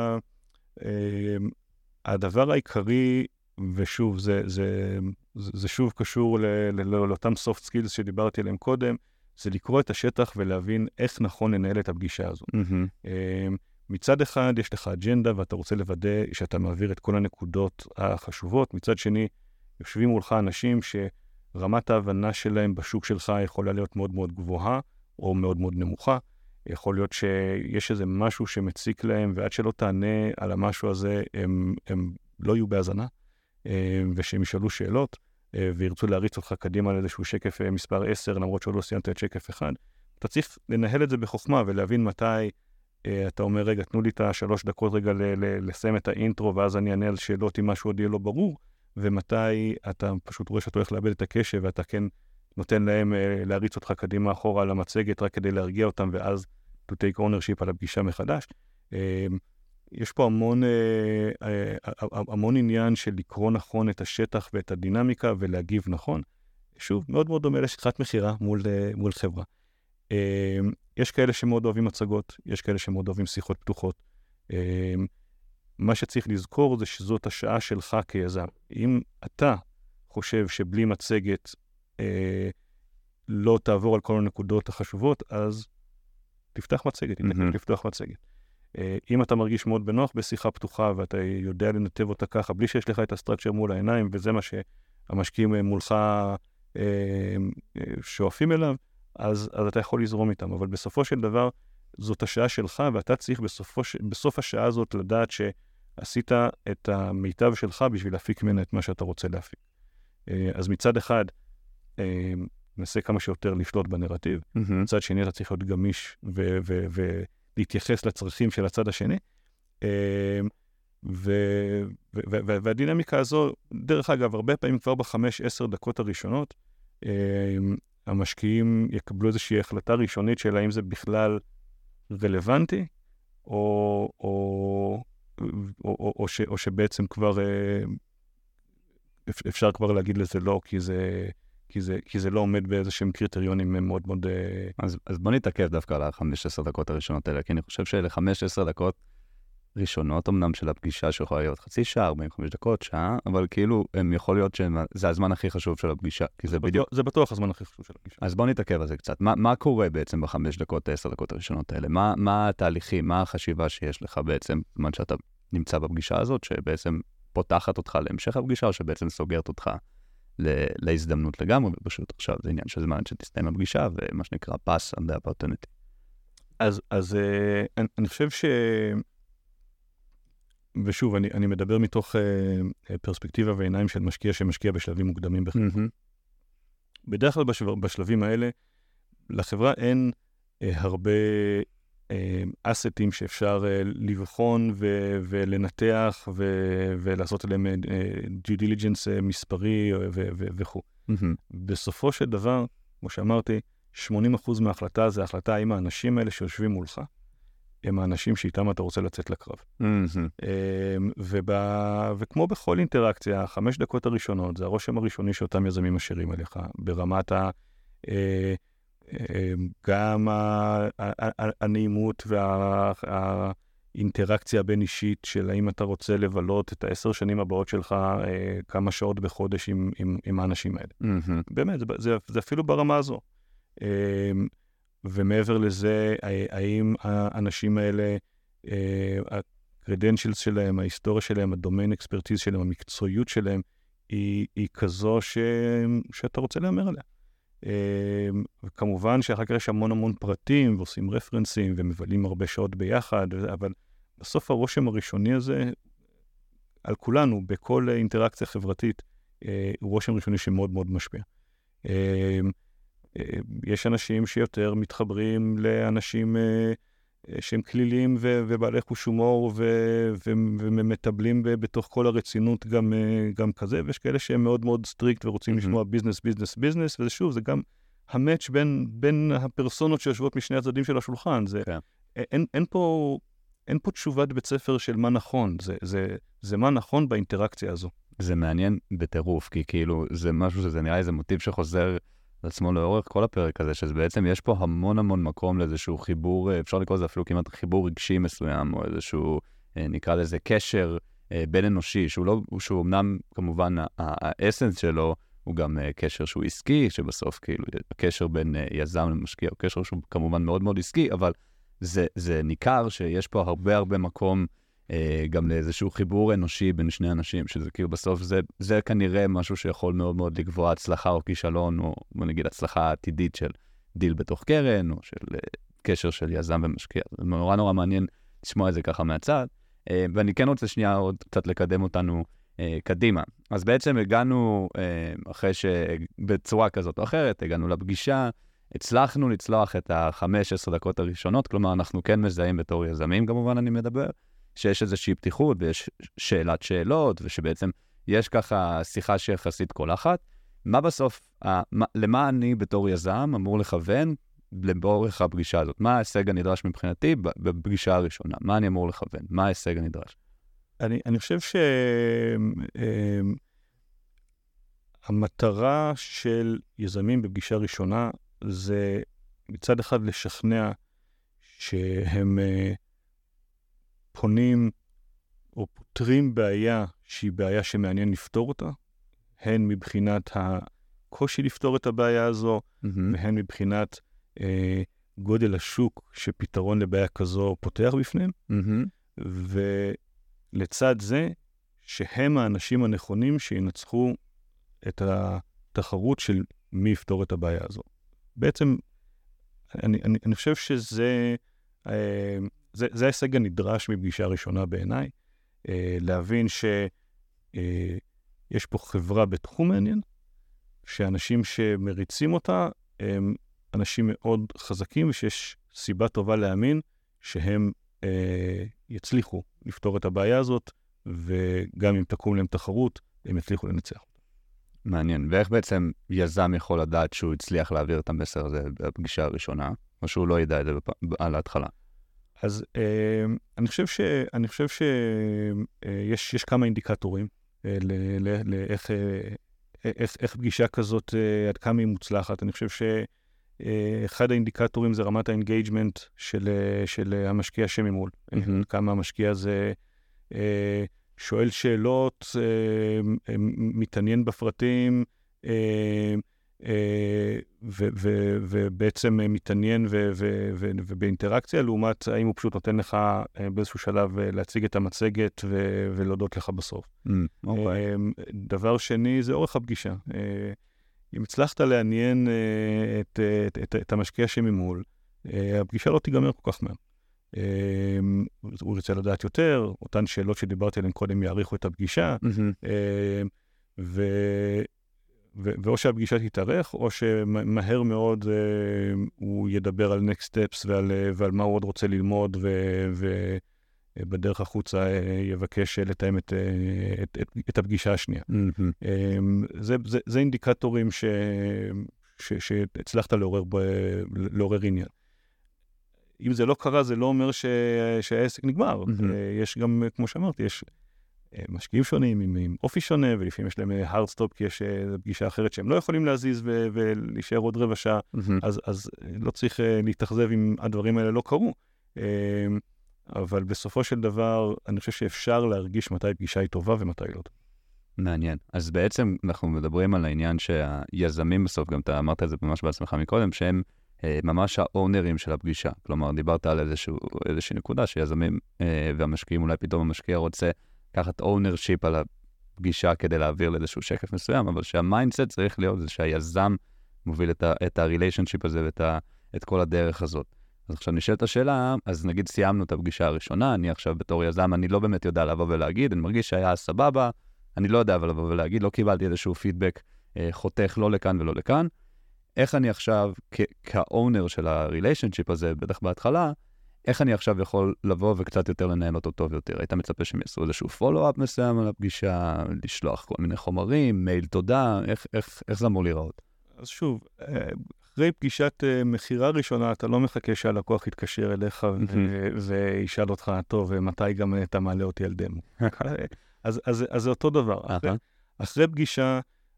שהדבר העיקרי, ושוב, זה שוב קשור לאותם soft skills שדיברתי עליהם קודם, זה לקרוא את השטח ולהבין איך נכון לנהל את הפגישה הזו. מצד אחד יש לך אג'נדה ואתה רוצה לוודא שאתה מעביר את כל הנקודות החשובות, מצד שני יושבים מולך אנשים שרמת ההבנה שלהם בשוק שלך יכולה להיות מאוד מאוד גבוהה או מאוד מאוד נמוכה. יכול להיות שיש איזה משהו שמציק להם ועד שלא תענה על המשהו הזה הם לא יהיו בהזנה ושהם ישאלו שאלות וירצו להריץ אותך קדימה על איזשהו שקף מספר 10 למרות שעוד לא סיימת את שקף 1. אתה צריך לנהל את זה בחוכמה ולהבין מתי אתה אומר, רגע, תנו לי את 3 דקות רגע לסיים את האינטרו, ואז אני אענה על שאלות אם משהו עוד יהיה לא ברור, ומתי אתה פשוט רואה שאתה הולך לאבד את הקשב, ואתה כן נותן להם להריץ אותך קדימה אחורה על המצגת, רק כדי להרגיע אותם, ואז to take ownership על הפגישה מחדש. יש פה המון עניין של לקרוא נכון את השטח ואת הדינמיקה, ולהגיב נכון. שוב, מאוד מאוד דומה לשיחת מחירה מול חברה. יש כאלה שמאוד אוהבים מצגות, יש כאלה שמאוד אוהבים שיחות פתוחות. מה שצריך לזכור זה שזאת השעה שלך כיזם. אם אתה חושב שבלי מצגת לא תעבור על כל הנקודות החשובות, אז תפתח מצגת, תפתח מצגת. אם אתה מרגיש מאוד בנוח בשיחה פתוחה, ואתה יודע לנתב אותה ככה, בלי שיש לך את הסטרקצ'ר מול העיניים, וזה מה שהמשקיעים מולך שואפים אליו, אז אתה יכול לזרום איתם, אבל בסופו של דבר, זאת השעה שלך, ואתה צריך בסוף השעה הזאת לדעת שעשית את המיטב שלך בשביל להפיק ממנה את מה שאתה רוצה להפיק. אז מצד אחד, ננסה כמה שיותר לשלוט בנרטיב, מצד שני אתה צריך להיות גמיש ולהתייחס לצרכים של הצד השני, והדינמיקה הזו, דרך אגב, הרבה פעמים כבר ב5-10 דקות הראשונות, המשקיעים יקבלו איזושהי החלטה ראשונית של האם זה בכלל רלוונטי, או שבעצם כבר אפשר כבר להגיד לזה לא, כי זה לא עומד באיזשהם קריטריונים מאוד מאוד... אז בוא נתעכב דווקא על ה-15 דקות הראשונות האלה, כי אני חושב של-15 דקות ראשונות, אמנם של הפגישה שיכולה להיות חצי שעה, 45 דקות, שעה, אבל כאילו יכול להיות שזה הזמן הכי חשוב של הפגישה, כי זה בדיוק... זה בטוח הזמן הכי חשוב של הפגישה. אז בוא נתעכב על זה קצת. מה קורה בעצם ב5 דקות, 10 דקות הראשונות האלה? מה התהליכים, מה החשיבה שיש לך בעצם, בזמן שאתה נמצא בפגישה הזאת, שבעצם פותחת אותך להמשך הפגישה, או שבעצם סוגרת אותך להזדמנות לגמרי, ופשוט עכשיו זה עניין של זמן שתסתיים הפגישה, ומה שנקרא pass on the opportunity. אז אני חושב ושוב, אני מדבר מתוך פרספקטיבה ועיניים של משקיע שמשקיע בשלבים מוקדמים בחברה. בדרך כלל בשלבים האלה, לחברה אין הרבה אסטים שאפשר לבחון ולנתח ולעשות עליהם due diligence מספרי וכו'. בסופו של דבר, כמו שאמרתי, 80% מההחלטה זה ההחלטה האם האנשים האלה שיושבים מולך, הם האנשים שאיתם אתה רוצה לצאת לקרב. וכמו בכל אינטראקציה, 5 דקות הראשונות, זה הרושם הראשוני שאותם יזמים משאירים עליך, ברמת גם הנעימות והאינטראקציה הבין אישית של האם אתה רוצה לבלות את 10 שנים הבאות שלך כמה שעות בחודש עם האנשים האלה. באמת, זה אפילו ברמה הזו. ומעבר לזה, האם האנשים האלה, הקרדנשלס שלהם, ההיסטוריה שלהם, הדומיין אקספרטיז שלהם, המקצועיות שלהם, היא כזו שאתה רוצה לאמר עליה. וכמובן שאחר כך יש המון פרטים, ועושים רפרנסים, ומבלים הרבה שעות ביחד, אבל בסוף הרושם הראשוני הזה, על כולנו, בכל אינטראקציה חברתית, הוא רושם ראשוני שמאוד מאוד משפיע. יש אנשים שיותר מתחברים לאנשים שהם כלילים ובעלי חוש הומור ומטבלים בתוך כל הרצינות גם כזה, ויש כאלה שהם מאוד מאוד סטריקט ורוצים לשמוע ביזנס, וזה שוב, זה גם המאץ' בין הפרסונות שיושבות משני הצדדים של השולחן. אין פה תשובת בית ספר של מה נכון, זה מה נכון באינטראקציה הזו. זה מעניין בטירוף, כי כאילו זה משהו שזה נראה איזה מוטיב שחוזר עצמו לאורך כל הפרק הזה, שזה בעצם יש פה המון המון מקום לאיזשהו חיבור, אפשר לקרוא לזה אפילו כמעט חיבור רגשי מסוים, או איזשהו, נקרא לזה קשר בין אנושי, שהוא אמנם כמובן האסנס שלו, הוא גם קשר שהוא עסקי, שבסוף כאילו הקשר בין יזם למשקיע, הוא קשר שהוא כמובן מאוד מאוד עסקי, אבל זה ניכר שיש פה הרבה מקום גם לאיזשהו חיבור אנושי בין שני אנשים, שזה כאילו בסוף זה כנראה משהו שיכול מאוד מאוד לקבוע הצלחה או כישלון, או נגיד הצלחה עתידית של דיל בתוך קרן, או של קשר של יזם ומשקיע. זה נורא מעניין לשמוע את זה ככה מהצד, ואני כן רוצה שנייה עוד קצת לקדם אותנו קדימה. אז בעצם הגענו, אחרי שבצורה כזאת או אחרת, הגענו לפגישה, הצלחנו לצלוח את ה-15 דקות הראשונות, כלומר אנחנו כן מזהים בתור יזמים, כמובן אני מדבר, שיש איזושהי פתיחות ויש שאלת שאלות, ושבעצם יש ככה שיחה שיחסית כל אחת. מה בסוף, למה אני בתור יזם אמור לכוון לאורך הפגישה הזאת? מה ההישג הנדרש מבחינתי בפגישה הראשונה? מה אני אמור לכוון? מה ההישג הנדרש? אני חושב שהמטרה של יזמים בפגישה ראשונה זה מצד אחד לשכנע שהם פונים או פותרים בעיה שהיא בעיה שמעניין לפתור אותה, הן מבחינת הקושי לפתור את הבעיה הזו, והן מבחינת גודל השוק שפתרון לבעיה כזו פותח בפניהם, ולצד זה שהם האנשים הנכונים שינצחו את התחרות של מי יפתור את הבעיה הזו. בעצם אני חושב שזה זה ההישג הנדרש מפגישה ראשונה בעיניי, להבין שיש פה חברה בתחום מעניין, שאנשים שמריצים אותה הם אנשים מאוד חזקים, ושיש סיבה טובה להאמין שהם יצליחו לפתור את הבעיה הזאת, וגם אם תקום להם תחרות, הם יצליחו לנצח. מעניין. ואיך בעצם יזם יכול לדעת שהוא הצליח להעביר את המסר הזה בפגישה הראשונה, או שהוא לא ידע את זה על ההתחלה? אז אני חושב שיש כמה אינדיקטורים איך פגישה כזאת, עד כמה היא מוצלחת. אני חושב שאחד האינדיקטורים זה רמת האנגייג'מנט של המשקיע שממול. כמה המשקיע הזה שואל שאלות, מתעניין בפרטים, ובעצם מתעניין ובאינטראקציה, לעומת האם הוא פשוט נותן לך באיזשהו שלב להציג את המצגת ולהודות לך בסוף. דבר שני זה אורך הפגישה. אם הצלחת לעניין את המשקיע שממול, הפגישה לא תיגמר כל כך מהר. הוא רוצה לדעת יותר, אותן שאלות שדיברתי עליהן קודם יעריכו את הפגישה, ואו שהפגישה תתארך, או שמהר מאוד הוא ידבר על next steps ועל מה הוא עוד רוצה ללמוד, ובדרך החוצה יבקש לתאם את הפגישה השנייה. זה אינדיקטורים שהצלחת לעורר עניין. אם זה לא קרה, זה לא אומר שהעסק נגמר. יש גם, כמו שאמרתי, יש משקיעים שונים עם אופי שונה, ולפעמים יש להם hard stop, כי יש פגישה אחרת שהם לא יכולים להזיז ולהישאר עוד רבע שעה, אז לא צריך להתאכזב אם הדברים האלה לא קרו. אבל בסופו של דבר, אני חושב שאפשר להרגיש מתי פגישה היא טובה ומתי לא טובה. מעניין. אז בעצם אנחנו מדברים על העניין שהיזמים בסוף, גם אתה אמרת את זה ממש בעצמך מקודם, שהם ממש האונרים של הפגישה. כלומר, דיברת על איזושהי נקודה שיזמים והמשקיעים, אולי פתאום המשקיע רוצה לקחת ownership על הפגישה כדי להעביר לאיזשהו שקף מסוים, אבל שהמיינדסט צריך להיות זה שהיזם מוביל את ה-relationship הזה ואת כל הדרך הזאת. אז עכשיו נשאלת השאלה, אז נגיד סיימנו את הפגישה הראשונה, אני עכשיו בתור יזם, אני לא באמת יודע לבוא ולהגיד, אני מרגיש שהיה סבבה, אני לא יודע לבוא ולהגיד, לא קיבלתי איזשהו פידבק חותך לא לכאן ולא לכאן. איך אני עכשיו, כ-owner של ה-relationship הזה, בטח בהתחלה, איך אני עכשיו יכול לבוא וקצת יותר לנהל אותו טוב יותר? היית מצפה שהם יעשו איזשהו פולו-אפ מסוים על הפגישה, לשלוח כל מיני חומרים, מייל תודה, איך זה אמור להיראות? אז שוב, אחרי פגישת מחירה ראשונה, אתה לא מחכה שהלקוח יתקשר אליך וישאל אותך, טוב, מתי גם אתה מעלה אותי על דמו. אז זה אותו דבר. אחרי פגישה,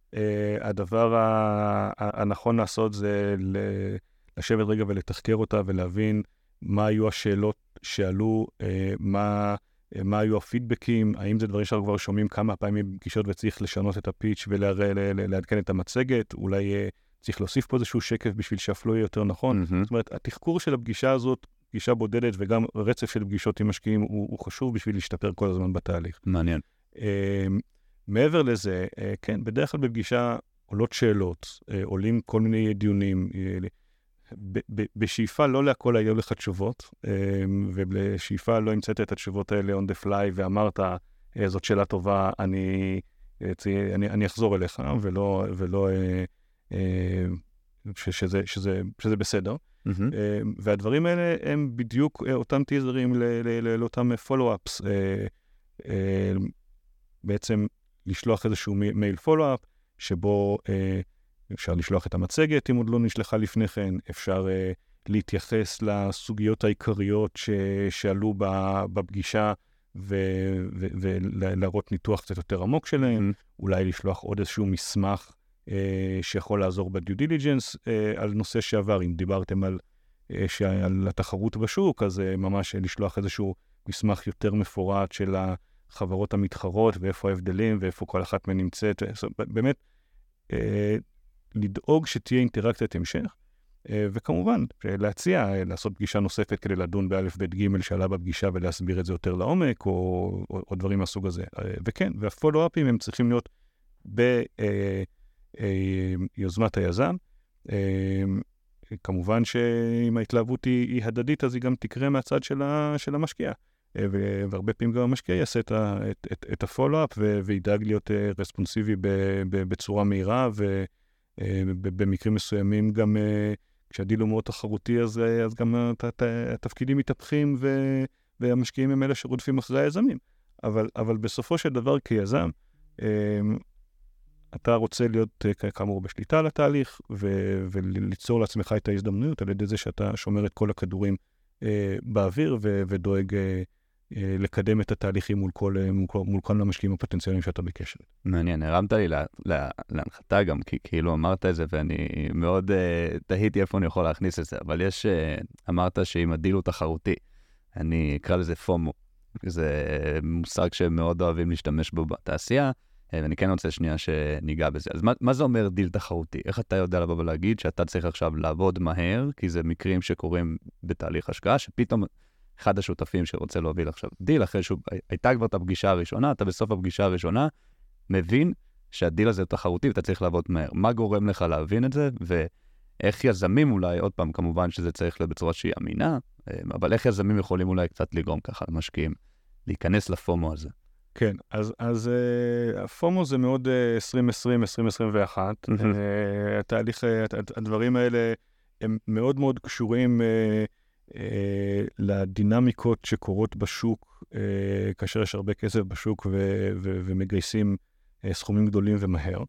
הדבר הנכון לעשות זה לשבת רגע ולתחקר אותה ולהבין מה היו השאלות שעלו, מה היו הפידבקים, האם זה דברים שאנחנו כבר שומעים כמה פעמים בפגישות וצריך לשנות את הפיץ' ולעדכן את המצגת, אולי צריך להוסיף פה איזשהו שקף בשביל שהפלו יהיה יותר נכון. זאת אומרת, התחקור של הפגישה הזאת, פגישה בודדת וגם רצף של פגישות עם משקיעים, הוא חשוב בשביל להשתפר כל הזמן בתהליך. מעניין. מעבר לזה, כן, בדרך כלל בפגישה עולות שאלות, עולים כל מיני דיונים, בשאיפה לא להכל היו לך תשובות, ובשאיפה לא המצאת את התשובות האלה on the fly, ואמרת, זאת שאלה טובה, אני אחזור אליך, ולא שזה בסדר. והדברים האלה הם בדיוק אותם טיזרים לאותם follow-ups, בעצם לשלוח איזשהו מייל פולו-אפ, שבו אפשר לשלוח את המצגת אם עוד לא נשלחה לפני כן, אפשר להתייחס לסוגיות העיקריות שעלו בפגישה, ולהראות ניתוח קצת יותר עמוק שלהם, אולי לשלוח עוד איזשהו מסמך שיכול לעזור בדיו דיליג'נס על נושא שעבר, אם דיברתם על התחרות בשוק, אז ממש לשלוח איזשהו מסמך יותר מפורט של החברות המתחרות, ואיפה ההבדלים, ואיפה כל אחת מהן נמצאת. באמת, לדאוג שתהיה אינטראקציית המשך, וכמובן, להציע, לעשות פגישה נוספת כדי לדון באלף בית ג' שעלה בפגישה, ולהסביר את זה יותר לעומק, או דברים מהסוג הזה. וכן, והפולו-אפים הם צריכים להיות ביוזמת היזם. כמובן שאם ההתלהבות היא הדדית, אז היא גם תקרה מהצד של המשקיע. והרבה פעמים גם המשקיע יעשה את הפולו-אפ, וידאג להיות רספונסיבי בצורה מהירה, ובמקרים מסוימים גם כשהדיל הוא מאוד תחרותי, אז גם התפקידים מתהפכים, והמשקיעים הם אלה שרודפים אחרי היזמים. אבל בסופו של דבר כיזם, אתה רוצה להיות כאמור בשליטה על התהליך, וליצור לעצמך את ההזדמנויות, על ידי זה שאתה שומר את כל הכדורים באוויר, ודואג לקדם את התהליכים מול כל המשקיעים הפוטנציאליים שאתה בקשר. מעניין, הרמת לי להנחתה גם, כי כאילו אמרת את זה, ואני מאוד תהיתי איפה אני יכול להכניס את זה, אבל אמרת שאם הדיל הוא תחרותי, אני אקרא לזה פומו, זה מושג שמאוד אוהבים להשתמש בו בתעשייה, ואני כן רוצה שנייה שניגע בזה. אז מה זה אומר דיל תחרותי? איך אתה יודע לבוא ולהגיד שאתה צריך עכשיו לעבוד מהר, כי זה מקרים שקורים בתהליך השקעה, שפתאום אחד השותפים שרוצה להוביל עכשיו דיל, אחרי שהייתה כבר את הפגישה הראשונה, אתה בסוף הפגישה הראשונה, מבין שהדיל הזה הוא תחרותי ואתה צריך לעבוד מהר. מה גורם לך להבין את זה, ואיך יזמים אולי, עוד פעם, כמובן שזה צריך להיות בצורה שהיא אמינה, אבל איך יזמים יכולים אולי קצת לגרום ככה למשקיעים, להיכנס לפומו הזה? כן, אז הפומו זה מאוד 2020, 2021. התהליך, הדברים האלה הם מאוד מאוד קשורים לדינמיקות שקורות בשוק, כאשר יש הרבה כסף בשוק ומגייסים סכומים גדולים ומהר.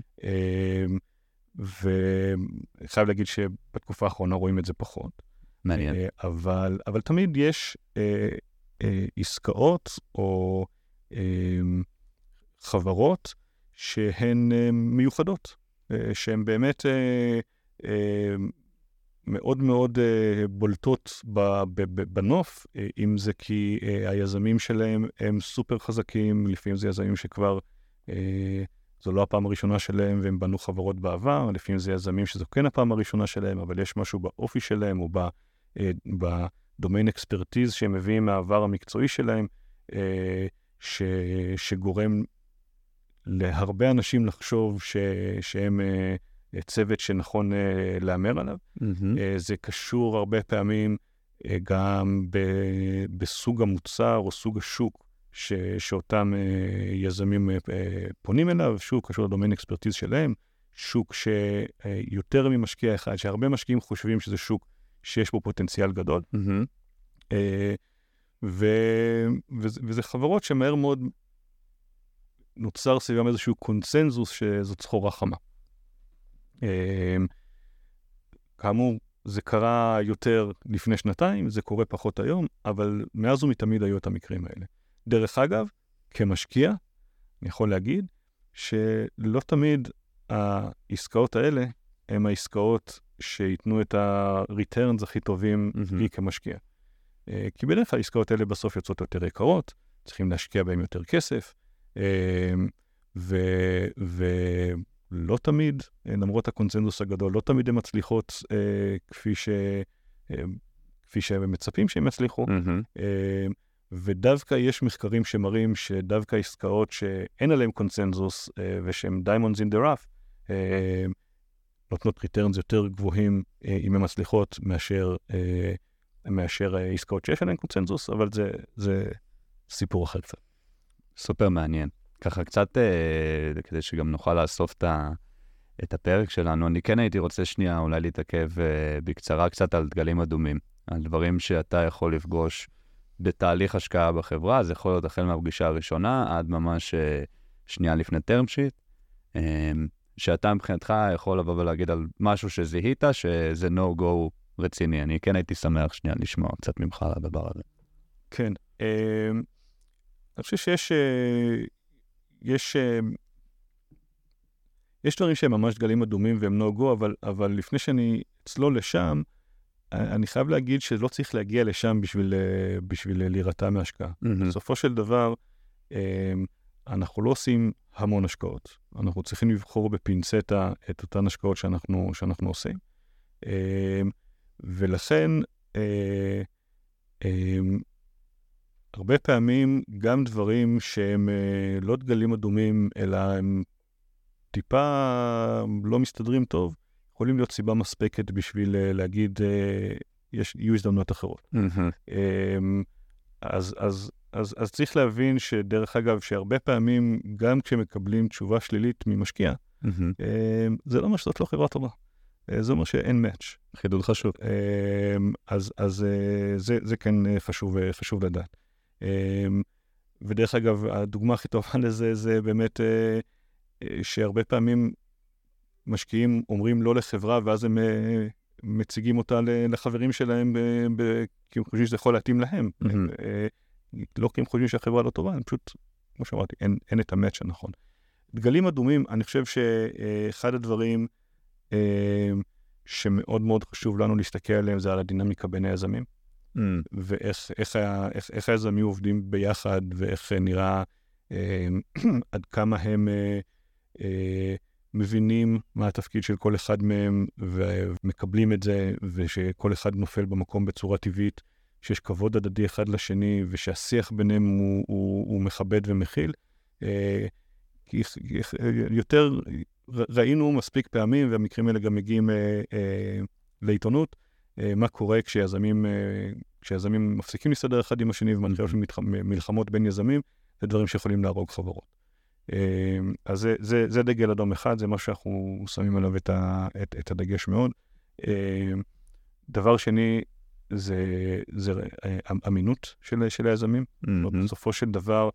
וחייב להגיד שבתקופה האחרונה רואים את זה פחות. מעניין. אבל תמיד יש עסקאות או חברות שהן מיוחדות, שהן באמת מאוד מאוד בולטות בנוף, אם זה כי היזמים שלהם הם סופר חזקים, לפעמים זה יזמים שכבר זו לא הפעם הראשונה שלהם והם בנו חברות בעבר, לפעמים זה יזמים שזו כן הפעם הראשונה שלהם, אבל יש משהו באופי שלהם או בדומיין אקספרטיז שהם מביאים מהעבר המקצועי שלהם, שגורם להרבה אנשים לחשוב שהם צוות שנכון לאמר עליו. זה קשור הרבה פעמים גם בסוג המוצר או סוג השוק שאותם יזמים פונים אליו. שוק קשור לדומיין אקספרטיז שלהם, שוק שיותר ממשקיע אחד, שהרבה משקיעים חושבים שזה שוק שיש בו פוטנציאל גדול. וזה חברות שמהר מאוד נוצר סביבם איזשהו קונסנזוס שזאת סחורה חמה. כאמור, זה קרה יותר לפני שנתיים, זה קורה פחות היום, אבל מאז ומתמיד היו את המקרים האלה. דרך אגב, כמשקיע, אני יכול להגיד שלא תמיד העסקאות האלה הן העסקאות שיתנו את ה-returns הכי טובים לי כמשקיע. כי בדרך כלל העסקאות האלה בסוף יוצאות יותר יקרות, צריכים להשקיע בהן יותר כסף, ולא תמיד, למרות הקונצנזוס הגדול, לא תמיד הן מצליחות כפי שהם מצפים שהם יצליחו, ודווקא יש מחקרים שמראים שדווקא עסקאות שאין עליהם קונצנזוס, ושהם diamonds in the rough, נותנות returns יותר גבוהים אם הן מצליחות מאשר עסקאות שיש עליהן קונצנזוס, אבל זה סיפור אחר קצת. סופר מעניין. ככה קצת, כדי שגם נוכל לאסוף את הפרק שלנו, אני כן הייתי רוצה שנייה אולי להתעכב בקצרה קצת על דגלים אדומים, על דברים שאתה יכול לפגוש בתהליך השקעה בחברה, זה יכול להיות החל מהפגישה הראשונה, עד ממש שנייה לפני term sheet, שאתה מבחינתך יכול לבוא ולהגיד על משהו שזיהית, שזה no-go רציני. אני כן הייתי שמח שנייה לשמוע קצת ממך על הדבר הזה. כן. אני חושב יש דברים שהם ממש דגלים אדומים והם no-go, אבל לפני שאני אצלול לשם, אני חייב להגיד שלא צריך להגיע לשם בשביל להירתע מהשקעה. בסופו של דבר, אנחנו לא עושים המון השקעות. אנחנו צריכים לבחור בפינצטה את אותן השקעות שאנחנו עושים. ולכן, הרבה פעמים גם דברים שהם לא דגלים אדומים, אלא הם טיפה לא מסתדרים טוב, יכולים להיות סיבה מספקת בשביל להגיד, יהיו הזדמנויות אחרות. אז צריך להבין שדרך אגב, שהרבה פעמים, גם כשמקבלים תשובה שלילית ממשקיע, זה לא אומר שזאת לא חברה טובה. זה אומר שאין מאץ'. חידוד חשוב. אז זה כן חשוב לדעת. ודרך אגב, הדוגמה הכי טובה לזה, זה באמת שהרבה פעמים משקיעים אומרים לא לחברה, ואז הם מציגים אותה לחברים שלהם, כי הם חושבים שזה יכול להתאים להם. לא כי הם חושבים שהחברה לא טובה, הם פשוט, כמו שאמרתי, אין את המאץ' הנכון. דגלים אדומים, אני חושב שאחד הדברים שמאוד מאוד חשוב לנו להסתכל עליהם, זה על הדינמיקה בין היזמים. ואיך היזמים עובדים ביחד, ואיך נראה עד כמה הם מבינים מה התפקיד של כל אחד מהם, ומקבלים את זה, ושכל אחד נופל במקום בצורה טבעית, שיש כבוד הדדי אחד לשני, ושהשיח ביניהם הוא מכבד ומכיל. יותר ראינו מספיק פעמים, והמקרים האלה גם מגיעים לעיתונות, מה קורה כשיזמים מפסיקים להסתדר אחד עם השני, ומתחילים מלחמות בין יזמים, זה דברים שיכולים להרוג חברות. אז זה דגל אדום אחד, זה מה שאנחנו שמים עליו את הדגש מאוד. דבר שני, זה אמינות של היזמים. בסופו של דבר,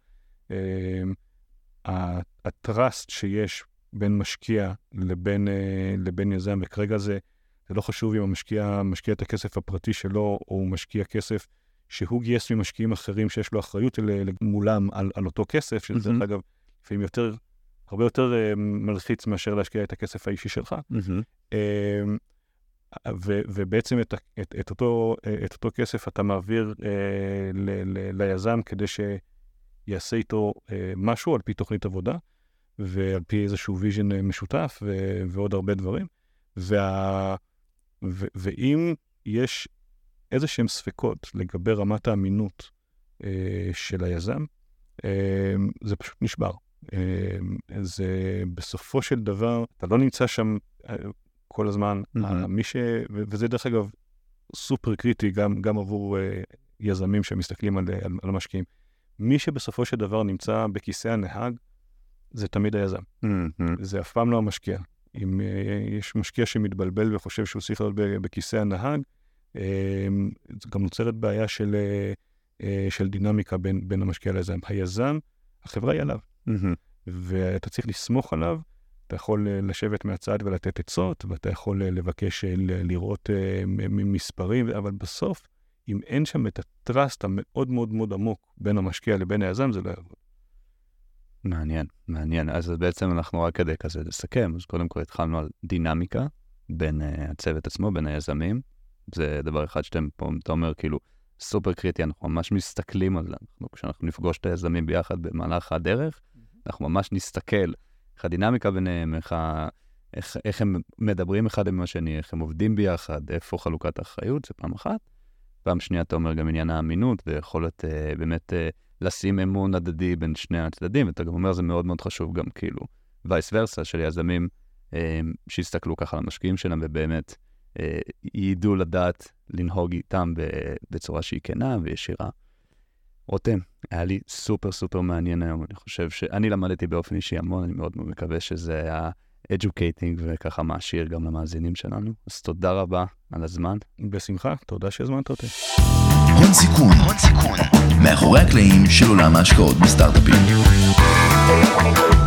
הטראסט שיש בין משקיע לבין יזם, וכרגע זה לא חשוב אם המשקיע משקיע את הכסף הפרטי שלו, או הוא משקיע כסף שהוא גייס ממשקיעים אחרים שיש לו אחריות מולם על אותו כסף, שזה דרך אגב, לפעמים הרבה יותר מלחיץ מאשר להשקיע את הכסף האישי שלך. ובעצם את אותו כסף אתה מעביר ליזם כדי שיעשה איתו משהו על פי תוכנית עבודה, ועל פי איזשהו ויז'ן משותף ועוד הרבה דברים. ואם יש איזשהם ספקות לגבי רמת האמינות של היזם, זה פשוט נשבר. זה בסופו של דבר, אתה לא נמצא שם כל הזמן, וזה דרך אגב סופר קריטי גם עבור יזמים שמסתכלים על המשקיעים. מי שבסופו של דבר נמצא בכיסא הנהג, זה תמיד היזם. זה אף פעם לא המשקיע. אם יש משקיע שמתבלבל וחושב שהוא צריך להיות בכיסא הנהג, גם נוצרת בעיה של דינמיקה בין המשקיע ליזם. היזם, החברה היא עליו. ואתה צריך לסמוך עליו, אתה יכול לשבת מהצד ולתת עצות, ואתה יכול לבקש לראות מספרים, אבל בסוף, אם אין שם את הטראסט המאוד מאוד מאוד עמוק בין המשקיע לבין היזם, זה לא יעבוד. מעניין. אז בעצם אנחנו רק כדי כזה לסכם, אז קודם כל התחלנו על דינמיקה בין הצוות עצמו, בין היזמים. זה דבר אחד שאתה אומר כאילו סופר קריטי, אנחנו ממש מסתכלים על זה. כשאנחנו נפגוש את היזמים ביחד במהלך הדרך, אנחנו ממש נסתכל איך הדינמיקה ביניהם, איך הם מדברים אחד עם השני, איך הם עובדים ביחד, איפה חלוקת האחריות, זה פעם אחת. פעם שנייה אתה אומר גם עניין האמינות, ויכולת באמת לשים אמון הדדי בין שני הצדדים, ואתה גם אומר זה מאוד מאוד חשוב גם כאילו וייס ורסה של יזמים שיסתכלו ככה על המשקיעים שלהם, ובאמת ידעו לדעת לנהוג איתם בצורה שהיא כנה וישירה. רותם, היה לי סופר סופר מעניין היום, אני חושב שאני למדתי באופן אישי המון, אני מאוד מקווה שזה היה educating וככה מעשיר גם למאזינים שלנו, אז תודה רבה על הזמן. בשמחה, תודה שהזמנת אותי. הון סיכון, מאחורי הקלעים של עולם ההשקעות בסטארט-אפים.